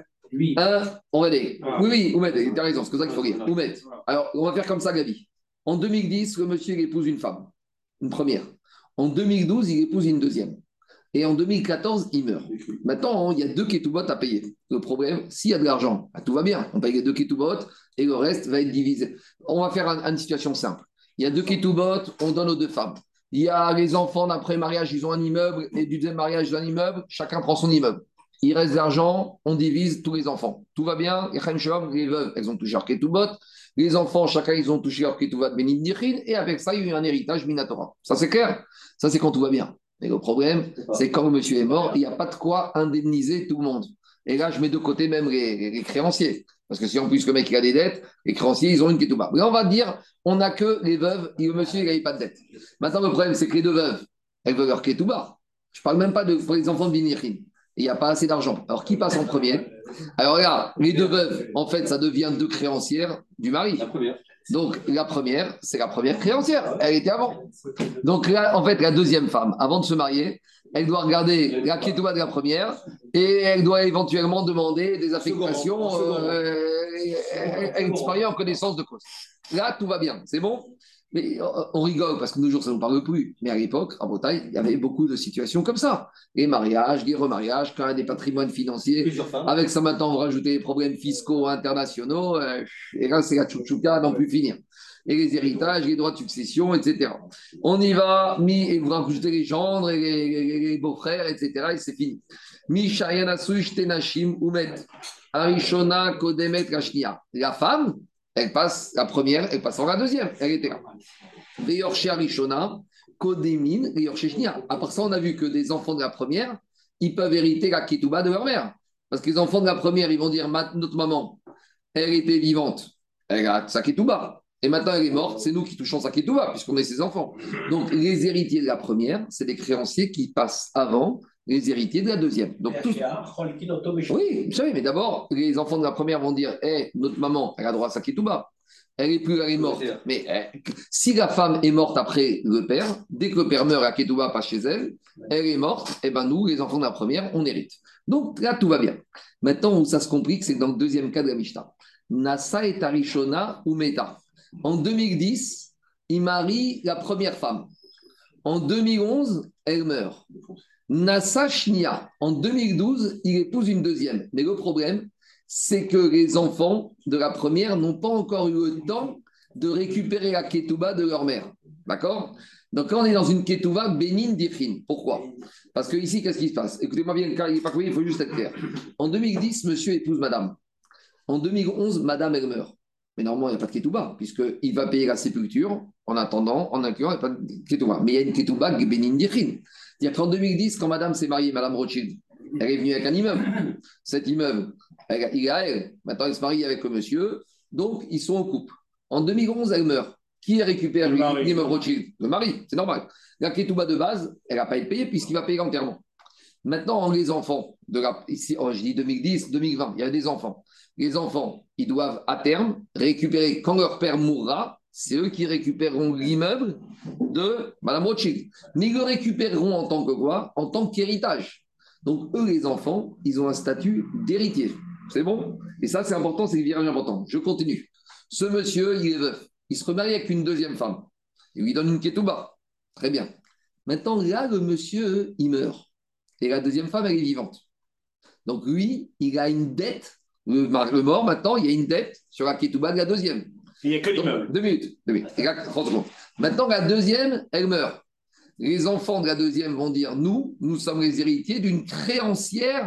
Speaker 1: On va dire. Oui, Oumet, tu as raison, c'est comme ça qu'il faut dire. Oumet. Alors, on va faire comme ça, Gabi. En 2010, le monsieur il épouse une femme, une première. En 2012, il épouse une deuxième. Et en 2014, il meurt. Maintenant, il y a 2 ketubot à payer. Le problème, s'il y a de l'argent, tout va bien. On paye les 2 ketubot et le reste va être divisé. On va faire une situation simple. Il y a 2 ketubot, on donne aux 2 femmes. Il y a les enfants d'un premier-mariage, ils ont un immeuble, et du deuxième mariage, ils ont un immeuble. Chacun prend son immeuble. Il reste de l'argent, on divise tous les enfants. Tout va bien. Les veuves, elles ont touché leur ketubot. Les enfants, chacun, ils ont touché leur ketubot bénit dichin. Et avec ça, il y a eu un héritage minatora. Ça, c'est clair. Ça, c'est quand tout va bien. Mais le problème, c'est quand le monsieur est mort, il n'y a pas de quoi indemniser tout le monde. Et là, je mets de côté même les créanciers. Parce que si en plus le mec il a des dettes, les créanciers, ils ont une ketouba. Là, on va dire, on n'a que les veuves et le monsieur, il n'avait pas de dette. Maintenant, le problème, c'est que les 2 veuves, elles veulent leur ketouba. Je ne parle même pas pour les enfants de Vinichin. Il n'y a pas assez d'argent. Alors, qui passe en premier? Alors, regarde, les 2 veuves, en fait, ça devient 2 créancières du mari.
Speaker 3: La première.
Speaker 1: Donc, la première, c'est la première créancière. Elle était avant. Donc, là, en fait, la deuxième femme, avant de se marier, elle doit regarder la ketouba de la première et elle doit éventuellement demander des affectations. Elle disparaît en connaissance de cause. Là, tout va bien. C'est bon? Mais on rigole parce que nos jours, ça ne nous parle plus. Mais à l'époque, en Bretagne, il y avait beaucoup de situations comme ça. Les mariages, les remariages, quand il y a des patrimoines financiers. Avec ça, maintenant, on rajoute les problèmes fiscaux internationaux. Et là, c'est la tchouktchouka à n'en plus finir. Et les héritages, les droits de succession, etc. On y va, et vous rajoutez les gendres, et les beaux-frères, etc. Et c'est fini. Tenashim Umet. Arishona Kodemet Kashnia. La femme, elle passe la première, elle passe en la deuxième. Elle était là. Veyorche Arishona, Kodemin, Veyorche Shnia. Après ça, on a vu que des enfants de la première, ils peuvent hériter la ketouba de leur mère. Parce que les enfants de la première, ils vont dire notre maman, elle était vivante, elle a sa ketouba. Et maintenant, elle est morte, c'est nous qui touchons sa ketouba, puisqu'on est ses enfants. Donc, les héritiers de la première, c'est des créanciers qui passent avant les héritiers de la deuxième. Donc, oui, vous savez, mais d'abord, les enfants de la première vont dire notre maman, elle a droit à sa ketouba. Elle est morte. Mais si la femme est morte après le père, dès que le père meurt, la ketouba passe chez elle, elle est morte, et ben nous, les enfants de la première, on hérite. Donc là, tout va bien. Maintenant, où ça se complique, c'est dans le deuxième cas de la Mishnah. Nasa et Tarishona ou Meta. En 2010, il marie la première femme. En 2011, elle meurt. Nasa Shnia. En 2012, il épouse une deuxième. Mais le problème, c'est que les enfants de la première n'ont pas encore eu le temps de récupérer la ketouba de leur mère. D'accord? Donc là, on est dans une ketouba bénin dichin. Pourquoi? Parce que ici, qu'est-ce qui se passe? Écoutez-moi bien, car il n'est pas connu, il faut juste être clair. En 2010, monsieur épouse madame. En 2011, madame, elle meurt. Mais normalement, il n'y a pas de ketouba, puisqu'il va payer la sépulture en attendant, en incluant, il n'y a pas de ketouba. Mais il y a une ketouba bénin dichin. C'est-à-dire qu'en 2010, quand madame s'est mariée, madame Rothschild, elle est venue avec un immeuble. Cet immeuble, il est à elle. Maintenant, elle se marie avec le monsieur. Donc, ils sont en couple. En 2011, elle meurt. Qui récupère l'immeuble Rothschild? Le mari, c'est normal. La ketouba de base, elle n'a pas été payée puisqu'il va payer l'enterrement. Maintenant, les enfants, ici, je dis 2010, 2020, il y a des enfants. Les enfants, ils doivent à terme récupérer, quand leur père mourra, c'est eux qui récupéreront l'immeuble de Madame Rothschild. Mais ils le récupéreront en tant que quoi? En tant qu'héritage. Donc, eux, les enfants, ils ont un statut d'héritier. C'est bon? Et ça, c'est important, c'est virage important. Je continue. Ce monsieur, il est veuf. Il se remarie avec une deuxième femme. Il lui donne une ketouba. Très bien. Maintenant, là, le monsieur, il meurt. Et la deuxième femme, elle est vivante. Donc, lui, il a une dette. Le mort, maintenant, il y a une dette sur la ketouba de la deuxième.
Speaker 5: Il n'y a que l'immeuble.
Speaker 1: 2 minutes. Et là, 30 secondes. Maintenant, la deuxième, elle meurt. Les enfants de la deuxième vont dire nous sommes les héritiers d'une créancière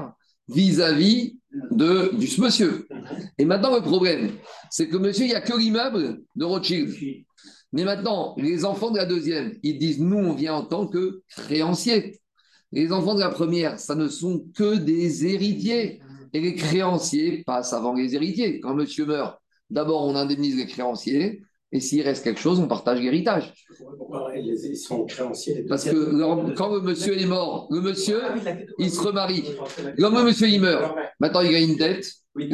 Speaker 1: vis-à-vis de ce monsieur. Et maintenant, le problème, c'est que monsieur, il n'y a que l'immeuble de Rothschild. Mais maintenant, les enfants de la deuxième, ils disent, nous, on vient en tant que créanciers. Les enfants de la première, ça ne sont que des héritiers. Et les créanciers passent avant les héritiers. Quand monsieur meurt, d'abord, on indemnise les créanciers. Et s'il reste quelque chose, on partage l'héritage.
Speaker 6: Pourquoi ils sont créanciers?
Speaker 1: Parce que quand le monsieur est mort, le monsieur, il se remarie. Quand le monsieur, il meurt, maintenant, il a une dette. Il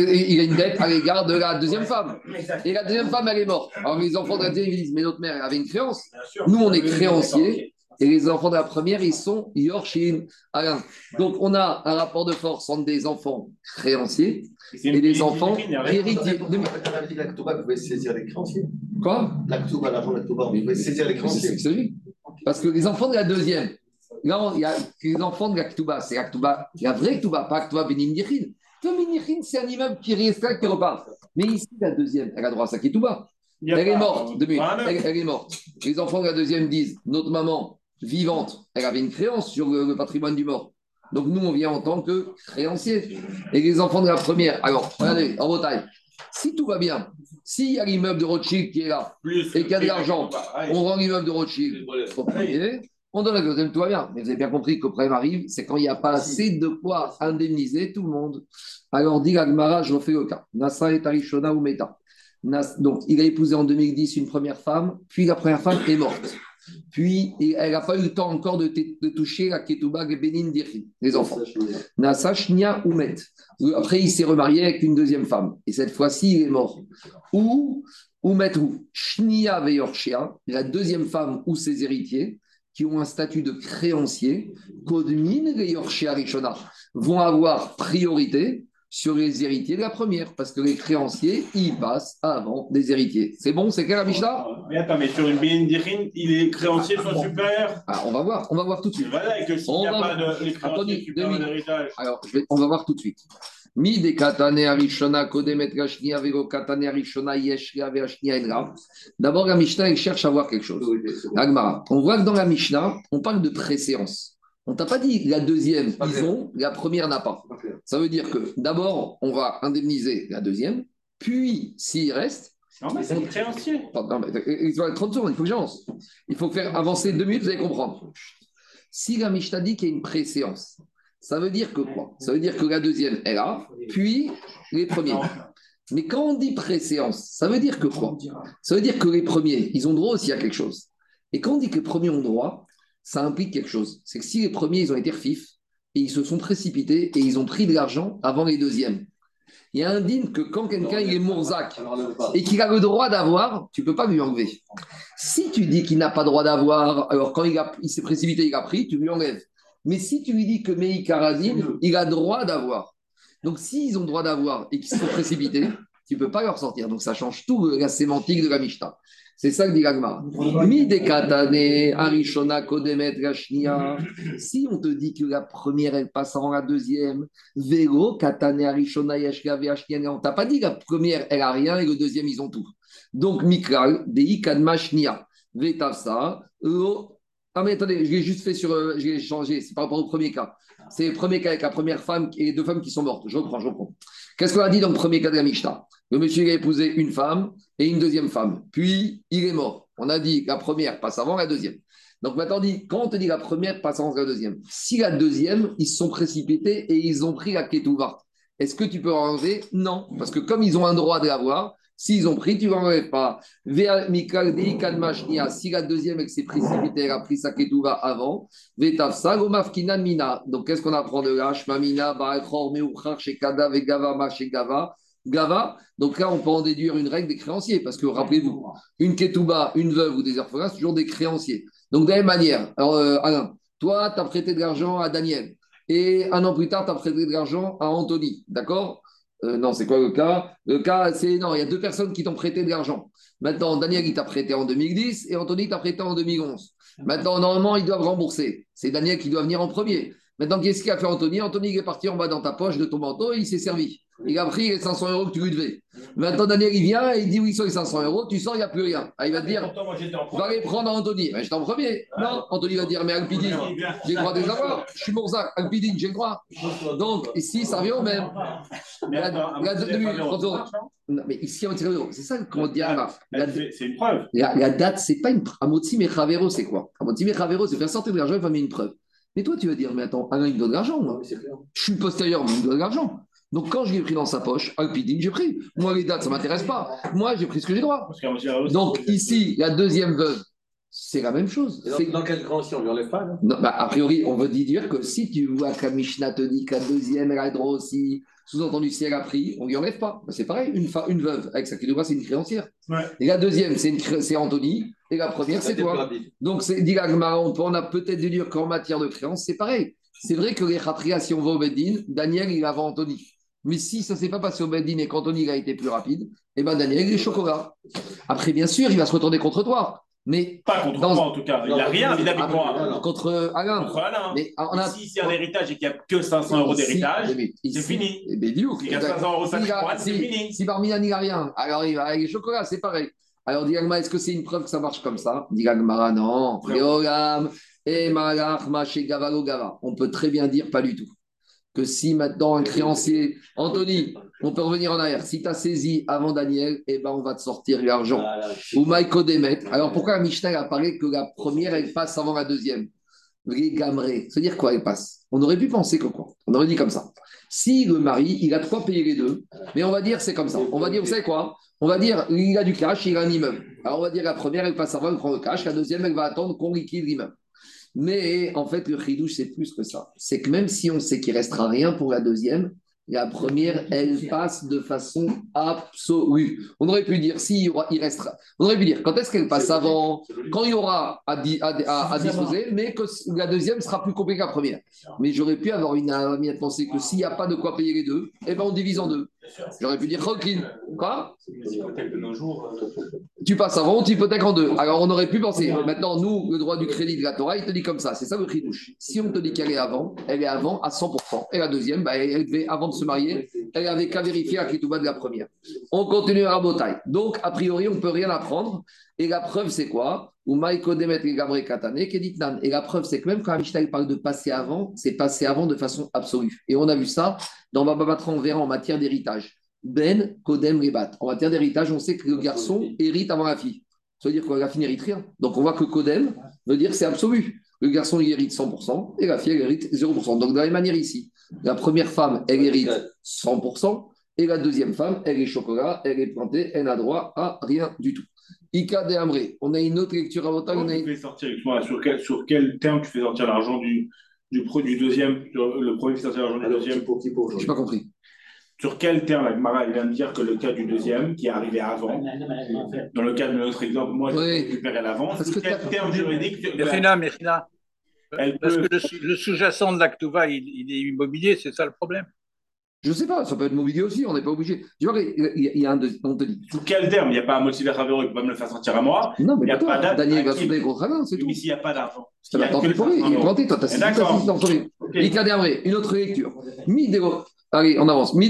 Speaker 1: a une dette à l'égard de la deuxième femme. Et la deuxième femme, elle est morte. Alors les enfants de la deuxième, ils disent, mais notre mère, elle avait une créance. Nous, on est créanciers. Et les enfants de la première, ils sont Yorchin. Donc, on a un rapport de force entre des enfants créanciers et des enfants héritiers.
Speaker 6: La Ktouba pouvait saisir les créanciers.
Speaker 1: Quoi?
Speaker 6: La Ktouba, l'argent de la Ktouba, on pouvait saisir les créanciers.
Speaker 1: C'est lui. Parce que les enfants de la deuxième, là, il y a les enfants de la Ktouba, c'est la Ktouba, la vraie Ktouba, pas Ktouba Benin Yechin. Benin Yechin, c'est un immeuble qui reste là, qui repart. Mais ici, la deuxième, elle a droit à sa Ktouba. Elle est morte. Elle est morte. Les enfants de la deuxième disent, notre maman, vivante, elle avait une créance sur le patrimoine du mort. Donc nous, on vient en tant que créanciers. Et les enfants de la première, alors, regardez, en Bretagne, si tout va bien, s'il y a l'immeuble de Rothschild qui est là, et qu'il y a de l'argent, on rend l'immeuble de Rothschild au premier, on donne la deuxième, tout va bien. Mais vous avez bien compris que le problème arrive, c'est quand il n'y a pas assez de quoi indemniser tout le monde. Alors, dit l'Agmara, je refais le cas. Nassa et Tarishona ou Meta. Donc, il a épousé en 2010 une première femme, puis la première femme est morte. Puis, elle n'a pas eu le temps encore de toucher la Ketouba et Benin Dirhi, les enfants. Nasa Shnia ou Met. Après, il s'est remarié avec une deuxième femme. Et cette fois-ci, il est mort. Ou Met ou Shnia Veyorshia, la deuxième femme ou ses héritiers, qui ont un statut de créancier, Kodmin Veyorshia Rishona, vont avoir priorité sur les héritiers de la première, parce que les créanciers, ils passent avant des héritiers. C'est bon, c'est clair la Mishnah?
Speaker 5: Mais attends, mais sur une BN Dirin, les créanciers sont supérieurs.
Speaker 1: On va voir tout de suite.
Speaker 5: Voilà, et que s'il n'y a pas de les créanciers supérieurs d'héritage.
Speaker 1: Alors, on va voir tout de suite. Mi de katane arishona kodemet gashnia vego katane arishona yeshria veashnia enra. D'abord, la Mishnah, elle cherche à voir quelque chose. Agmara, on voit que dans la Mishnah, on parle de préséance. On t'a pas dit la deuxième, ils ont, la première n'a pas. Ça veut dire que d'abord, on va indemniser la deuxième, puis s'il reste.
Speaker 5: Non, mais c'est un créancier.
Speaker 1: Non, mais, il faut 30 secondes, il faut que j'avance. Il faut faire avancer 2 minutes, vous allez comprendre. Si la Mishnah dit qu'il y a une préséance, ça veut dire que quoi? Ça veut dire que la deuxième est là, puis les premiers. Mais quand on dit préséance, ça veut dire que quoi? Ça veut dire que les premiers, ils ont droit aussi à quelque chose. Et quand on dit que les premiers ont droit, ça implique quelque chose. C'est que si les premiers, ils ont été refifs, et ils se sont précipités, et ils ont pris de l'argent avant les deuxièmes, il y a un dîme que quand quelqu'un il est mourzac, et qu'il a le droit d'avoir, tu ne peux pas lui enlever. Si tu dis qu'il n'a pas droit d'avoir, alors quand il s'est précipité, il a pris, tu lui enlèves. Mais si tu lui dis que Meï Karadine, il a droit d'avoir. Donc s'ils ont droit d'avoir et qu'ils se sont précipités, tu ne peux pas leur sortir. Donc ça change tout la sémantique de la Mishnah. C'est ça que dit l'Agmara. Si on te dit que la première, elle passe avant la deuxième, Vélo, Katane, Arishona, Yeshka, Veashnia, on t'a pas dit que la première, elle a rien et le deuxième, ils ont tout. Donc, Mikral, Dei, Kadma, Shnia, Vetavsa, Ah, mais attendez, je l'ai juste fait je l'ai changé, c'est par rapport au premier cas. C'est le premier cas avec la première femme et 2 femmes qui sont mortes. Je reprends. Qu'est-ce qu'on a dit dans le premier cas de la Mishnah? Le monsieur il a épousé une femme et une deuxième femme. Puis, il est mort. On a dit que la première passe avant la deuxième. Donc maintenant, quand on te dit la première passe avant la deuxième, si la deuxième, ils se sont précipités et ils ont pris la ketouva, est-ce que tu peux enlever? Non. Parce que comme ils ont un droit de l'avoir, s'ils ont pris, tu ne l'enlèves pas. Si la deuxième, elle s'est précipitée, elle a pris sa ketouva avant. Donc, qu'est-ce qu'on apprend de là? Gava. Donc là, on peut en déduire une règle des créanciers. Parce que, rappelez-vous, une ketouba, une veuve ou des orphelins, c'est toujours des créanciers. Donc, de la même manière, alors, Alain, toi, tu as prêté de l'argent à Daniel. Et un an plus tard, tu as prêté de l'argent à Anthony. D'accord? Non, c'est quoi le cas? Le cas, c'est non, il y a 2 personnes qui t'ont prêté de l'argent. Maintenant, Daniel, il t'a prêté en 2010 et Anthony t'a prêté en 2011. Maintenant, normalement, ils doivent rembourser. C'est Daniel qui doit venir en premier. Maintenant, qu'est-ce qu'il a fait Anthony? Anthony il est parti en bas dans ta poche de ton manteau et il s'est servi. Il a pris les 500 euros que tu lui devais. Maintenant, Daniel, il vient et il dit oui, sur les 500 euros, tu sors, il n'y a plus rien. Ah, il va te dire,
Speaker 5: Pourtant, moi, j'étais en
Speaker 1: va les prendre à Anthony. Mais j'étais en premier. Non, Anthony va dire, mais Alpidine, j'ai le droit de les avoir. Je suis Mourzac, Alpidine, j'ai le droit. Donc, ici, ça revient au même. Non, mais ici, c'est ça qu'on dit.
Speaker 5: C'est une preuve.
Speaker 1: La date, c'est pas une preuve. Amotzi Mechavero, c'est quoi? Amotzi Mechavero, c'est faire sortir de l'argent, il va mettre une preuve. Mais toi, tu vas dire, mais attends, Alain, il me donne de l'argent, moi. Je suis postérieur, mais il me donne de l'argent. Donc, quand je l'ai pris dans sa poche, Alpidine, j'ai pris. Moi, les dates, ça ne m'intéresse pas. Moi, j'ai pris ce que j'ai droit. Donc, ici, la deuxième veuve, c'est la même chose.
Speaker 6: Dans quel créancier, on ne lui enlève pas, là?
Speaker 1: Non, bah, a priori, on veut dire que si tu vois que la Mishnah te dit que la deuxième, elle a le droit aussi, sous-entendu, si elle a pris, on ne lui enlève pas. Bah, c'est pareil, une veuve, avec sa qui c'est une créancière. Ouais. Et la deuxième, c'est Anthony, et la première, c'est toi. Donc, dit la Gemara, on a peut-être dû dire qu'en matière de créance, c'est pareil. C'est vrai que les Khatria, si on va au Beddin, Daniel, il a avant Anthony. Mais si ça ne s'est pas passé au Beddin et qu'Anthony a été plus rapide, eh ben Daniel, il est chocolat. Après, bien sûr, il va se retourner contre toi. Mais
Speaker 5: pas contre moi en tout cas. Il n'a rien vis-à-vis de moi.
Speaker 1: Contre Alain.
Speaker 5: Contre Alain.
Speaker 1: Mais
Speaker 5: ici, c'est un héritage et qu'il n'y a que 500 euros d'héritage, c'est fini.
Speaker 1: Il y a 500 euros c'est fini. Si parmi il n'y a rien, alors il va avec les chocolats, c'est pareil. Alors, dit Agma, est-ce que c'est une preuve que ça marche comme ça? Dit Agmara, non. On peut très bien dire pas du tout. Que si maintenant un créancier, Anthony, on peut revenir en arrière, si tu as saisi avant Daniel, eh ben on va te sortir l'argent. Ou Maïko Demet. Alors pourquoi la Mishnah a parlé que la première, elle passe avant la deuxième? C'est-à-dire quoi, elle passe? On aurait pu penser que quoi? On aurait dit comme ça. Si le mari, il a de quoi payer les deux, mais on va dire c'est comme ça. On va dire, vous savez quoi? On va dire, il a du cash, il a un immeuble. Alors on va dire la première, elle passe avant, elle prend le cash, la deuxième, elle va attendre qu'on liquide l'immeuble. Mais en fait, le chidouche, c'est plus que ça. C'est que même si on sait qu'il ne restera rien pour la deuxième, la première, elle passe de façon absolue. On aurait pu dire, il restera. On aurait pu dire, quand est-ce qu'elle passe avant? Quand il y aura à disposer, mais que la deuxième sera plus compliquée que la première. Mais j'aurais pu avoir une amie à penser que s'il n'y a pas de quoi payer les deux, eh ben on divise en deux. J'aurais pu dire, Rokin, quoi? Tu passes avant, tu hypothèques en deux. Alors on aurait pu penser, maintenant, nous, le droit du crédit de la Torah, il te dit comme ça, c'est ça le chidouche. Si on te dit qu'elle est avant, elle est avant à 100%. Et la deuxième, elle devait, avant de se marier, elle avait qu'à vérifier la ketouba de la première. On continue à Rabotai. Donc, a priori, on ne peut rien apprendre. Et la preuve, c'est quoi? Et la preuve, c'est que même quand la Mishnah parle de passer avant, c'est passer avant de façon absolue. Et on a vu ça dans Baba Batra, on verra en matière d'héritage. Ben, Kodem, Rebat. En matière d'héritage, on sait que le garçon hérite avant la fille. Ça veut dire que la fille n'hérite rien. Donc on voit que Kodem veut dire que c'est absolu. Le garçon, il hérite 100% et la fille, elle hérite 0%. Donc de la même manière ici, la première femme, elle hérite 100% et la deuxième femme, elle est chocolat, elle est plantée, elle n'a droit à rien du tout. Ika de Amré. On a une autre lecture à votre
Speaker 5: tu fais sortir, sur quel terme tu fais sortir l'argent du deuxième, le premier fait sortir l'argent du deuxième pour qui pour
Speaker 1: aujourd'hui? Je n'ai pas compris.
Speaker 5: Sur quel terme, la Gemara vient de dire que le cas du deuxième, qui est arrivé avant, dans le cas de notre exemple, moi, je récupérais l'avance, sur quel terme juridique
Speaker 7: Mérina. Parce que le sous-jacent de l'Aktuva, il est immobilier, c'est ça le problème?
Speaker 1: Je ne sais pas, ça peut être mobilier aussi, on n'est pas obligé. Tu vois, il y a un on te dit.
Speaker 5: Sous quel terme? Il n'y a pas un motivé Ravero qui peut me le faire sortir à moi.
Speaker 1: Non, mais
Speaker 5: il n'y a pas d'argent.
Speaker 1: Daniel va souder contre Alain, c'est tout.
Speaker 5: Mais s'il n'y a pas d'argent.
Speaker 1: Il est planté, toi, tu as 6 dans ton livre. Ika de Amré, une autre lecture. Allez, on avance.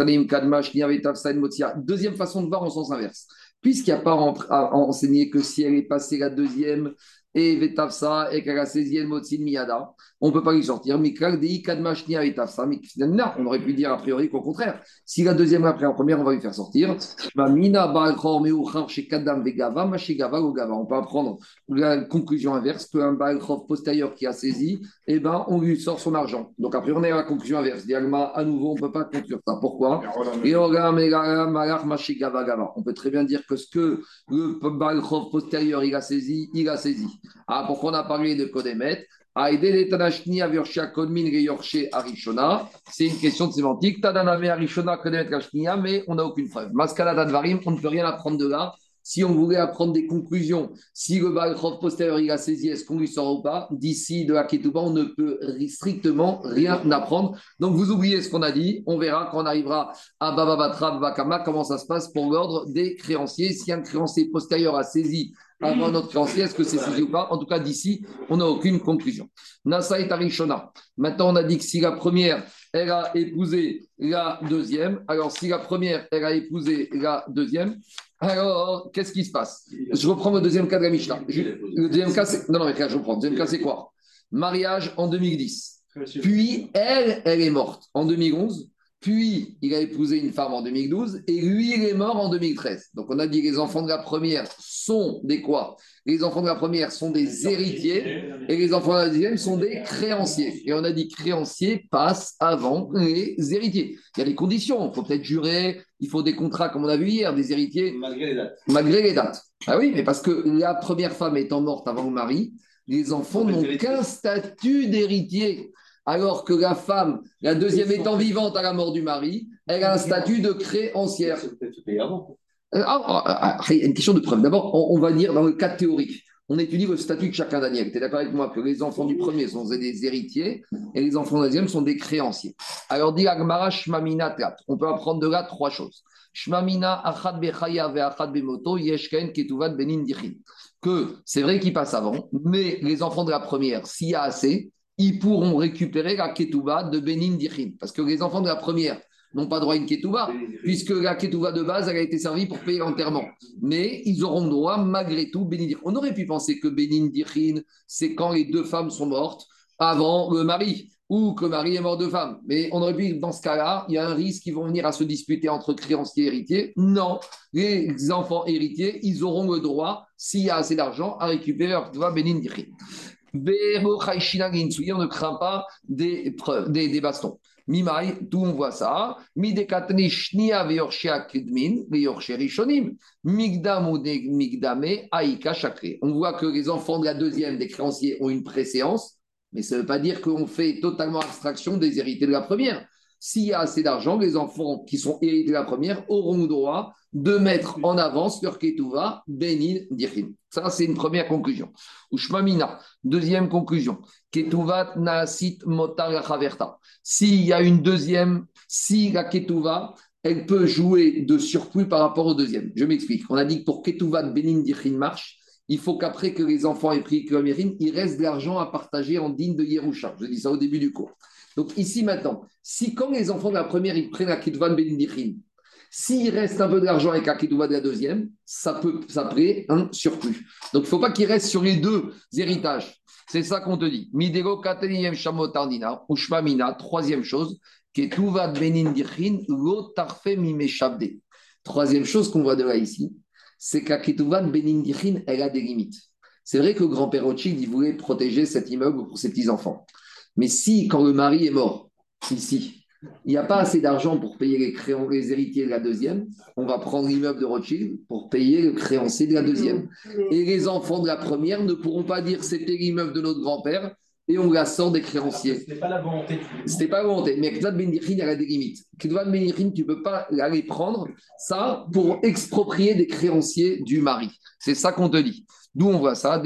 Speaker 1: Deuxième façon de voir en sens inverse. Puisqu'il n'y a pas enseigné que si elle est passée la deuxième et Vetafsa et qu'elle a saisi El Motsin Miyada, on ne peut pas lui sortir. Mais on aurait pu dire a priori qu'au contraire, si la deuxième après la première, on va lui faire sortir. On peut apprendre la conclusion inverse qu'un Baalchov postérieur qui a saisi, eh ben, on lui sort son argent. Donc après, on est à la conclusion inverse. Diagma, à nouveau, on ne peut pas conclure ça. Pourquoi? On peut très bien dire que ce que le Baalchov postérieur il a saisi, il a saisi. Ah, pourquoi on a parlé de Kodemet? C'est une question de sémantique. Mais on n'a aucune preuve. Maskala d'Advarim, on ne peut rien apprendre de là. Si on voulait apprendre des conclusions, si le Baalchov postérieur il a saisi, est-ce qu'on lui sort ou pas? D'ici de la Ketouba, on ne peut strictement rien apprendre. Donc vous oubliez ce qu'on a dit. On verra quand on arrivera à Baba Batra, Bakama, comment ça se passe pour l'ordre des créanciers. Si un créancier postérieur a saisi avant notre créancier, est-ce que c'est saisi ou pas? En tout cas, d'ici, on n'a aucune conclusion. Nasa et Arishona. Maintenant, on a dit que si la première, elle a épousé la deuxième, alors si la première, elle a épousé la deuxième, alors qu'est-ce qui se passe? Je reprends le deuxième cas de la Mishnah. Le deuxième cas, c'est... Non, mais je reprends. Le deuxième cas, c'est quoi? Mariage en 2010. Puis elle est morte en 2011. Puis il a épousé une femme en 2012 et lui, il est mort en 2013. Donc on a dit les enfants de la première sont des quoi? Les enfants de la première sont des héritiers et les enfants de la deuxième sont des créanciers. Et on a dit créanciers passent avant les héritiers. Il y a des conditions, il faut peut-être jurer, il faut des contrats comme on a vu hier, des héritiers.
Speaker 6: Malgré les dates.
Speaker 1: Malgré les dates. Ah oui, mais parce que la première femme étant morte avant le mari, les enfants n'ont qu'un statut d'héritier. Alors que la femme, la deuxième étant vivante à la mort du mari, elle a un statut de créancière. Il y a une question de preuve. D'abord, on va dire dans le cas théorique, on étudie le statut de chacun Daniel. Tu es d'accord avec moi que les enfants du premier sont des héritiers et les enfants du deuxième sont des créanciers. Alors, dit Agmara Shmamina Tlat. On peut apprendre de là trois choses. Shmamina Achad Bechaya ve Achad Bemoto Yeshken Ketuvat Benin Dichin. Que c'est vrai qu'ils passent avant, mais les enfants de la première, s'il y a assez, ils pourront récupérer la ketouba de Benin Dichin. Parce que les enfants de la première n'ont pas droit à une ketouba, puisque la ketouba de base, elle a été servie pour payer l'enterrement. Mais ils auront droit, malgré tout, Benin Dichin. On aurait pu penser que Benin Dichin, c'est quand les deux femmes sont mortes avant le mari, ou que le mari est mort de femme. Mais on aurait pu, dans ce cas-là, il y a un risque qu'ils vont venir à se disputer entre créanciers et héritiers. Non, les enfants héritiers, ils auront le droit, s'il y a assez d'argent, à récupérer leur ketouba Benin Dichin. On ne craint pas des preuves, des bastons. Mimai, d'où on voit ça. Midekatne shnia veyorshia kedmin, veyorshia rishonim. Migdam ou migdame aïka chakre. On voit que les enfants de la deuxième des créanciers ont une préséance, mais ça ne veut pas dire qu'on fait totalement abstraction des héritiers de la première. S'il y a assez d'argent, les enfants qui sont héritiers de la première auront le droit de mettre en avance leur ketouva benin dichin. Ça, c'est une première conclusion. Ushmamina, deuxième conclusion. Ketouvat naasit motar chaverta. S'il y a une deuxième, si la ketouva, elle peut jouer de surplus par rapport au deuxième. Je m'explique. On a dit que pour ketouvat benin dichin marche, il faut qu'après que les enfants aient pris le mérine, il reste de l'argent à partager en digne de Yerusha. Je dis ça au début du cours. Donc ici maintenant, si quand les enfants de la première, ils prennent la ketouva benin dichin, s'il reste un peu d'argent avec la ketouva de la deuxième, ça peut un surplus. Donc il ne faut pas qu'il reste sur les deux héritages. C'est ça qu'on te dit. Midego kateniyem shamotardina, ou shmamina, troisième chose, ketouva benin dichin, lo tarfe mimeshabde. Troisième chose qu'on voit de là ici, c'est que la ketouva benin dichin, elle a des limites. C'est vrai que le grand-père Rothschild, il voulait protéger cet immeuble pour ses petits-enfants. Mais si, quand le mari est mort, ici, il n'y a pas assez d'argent pour payer les héritiers de la deuxième, on va prendre l'immeuble de Rothschild pour payer le créancier de la deuxième. Et les enfants de la première ne pourront pas dire c'était l'immeuble de notre grand-père et on la sort des créanciers.
Speaker 3: Ce n'était pas la volonté.
Speaker 1: C'était pas la volonté. Mais Ketouvat Ben Dichin, elle a des limites. Ketouvat Ben Dichin, tu ne peux pas aller prendre ça pour exproprier des créanciers du mari. C'est ça qu'on te dit. D'où on voit ça.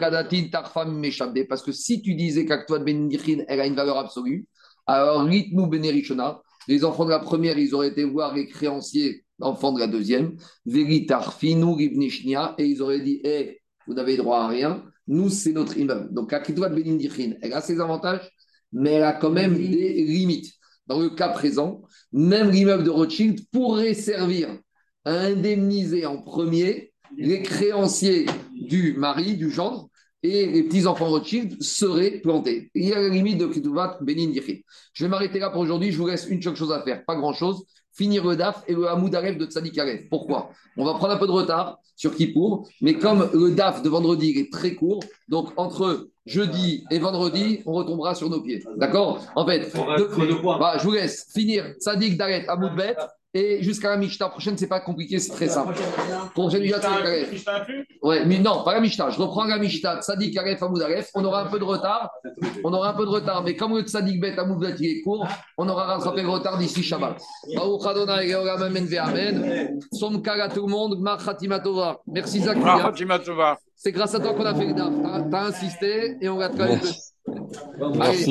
Speaker 1: Parce que si tu disais qu'Aktouvat Ben Dichin, elle a une valeur absolue, alors Ritmu Benerishona, les enfants de la première, ils auraient été voir les créanciers enfants de la deuxième, Veritar Finu Ribnishnia, et ils auraient dit vous n'avez droit à rien, nous, c'est notre immeuble. Donc, Aktouvat Ben Dichin, elle a ses avantages, mais elle a quand même des limites. Dans le cas présent, même l'immeuble de Rothschild pourrait servir à indemniser en premier les créanciers du mari, du gendre, et les petits-enfants Rothschild seraient plantés. Il y a la limite de Ketouvat Benin Dichin. Je vais m'arrêter là pour aujourd'hui. Je vous laisse une seule chose à faire, pas grand-chose. Finir le DAF et le Hamoud Aleph de Tzadik Aleph. Pourquoi? On va prendre un peu de retard sur Kippour, mais comme le DAF de vendredi est très court, donc entre jeudi et vendredi, on retombera sur nos pieds. D'accord? En fait, je vous laisse finir Tzadik Dalet Hamoud Bet. Et jusqu'à la Mishnah prochaine, c'est pas compliqué, c'est très simple. Prochaine Mishnah, ouais, mais non, pas la Mishnah. Je reprends la Mishnah, Tzadik Aleph, Hamoud Aleph. On aura un peu de retard. Mais comme le Tzadik Bet, Hamoud Bet, il est court, on aura rattrapé le retard d'ici Shabbat. Baruch Adonai, Georah, Amen, Ve'amen. Som Kal à tout le monde, Gmar Chatima Tova. Merci Zach. C'est grâce à toi qu'on a fait le DAF. T'as insisté et on regarde quand même. Merci.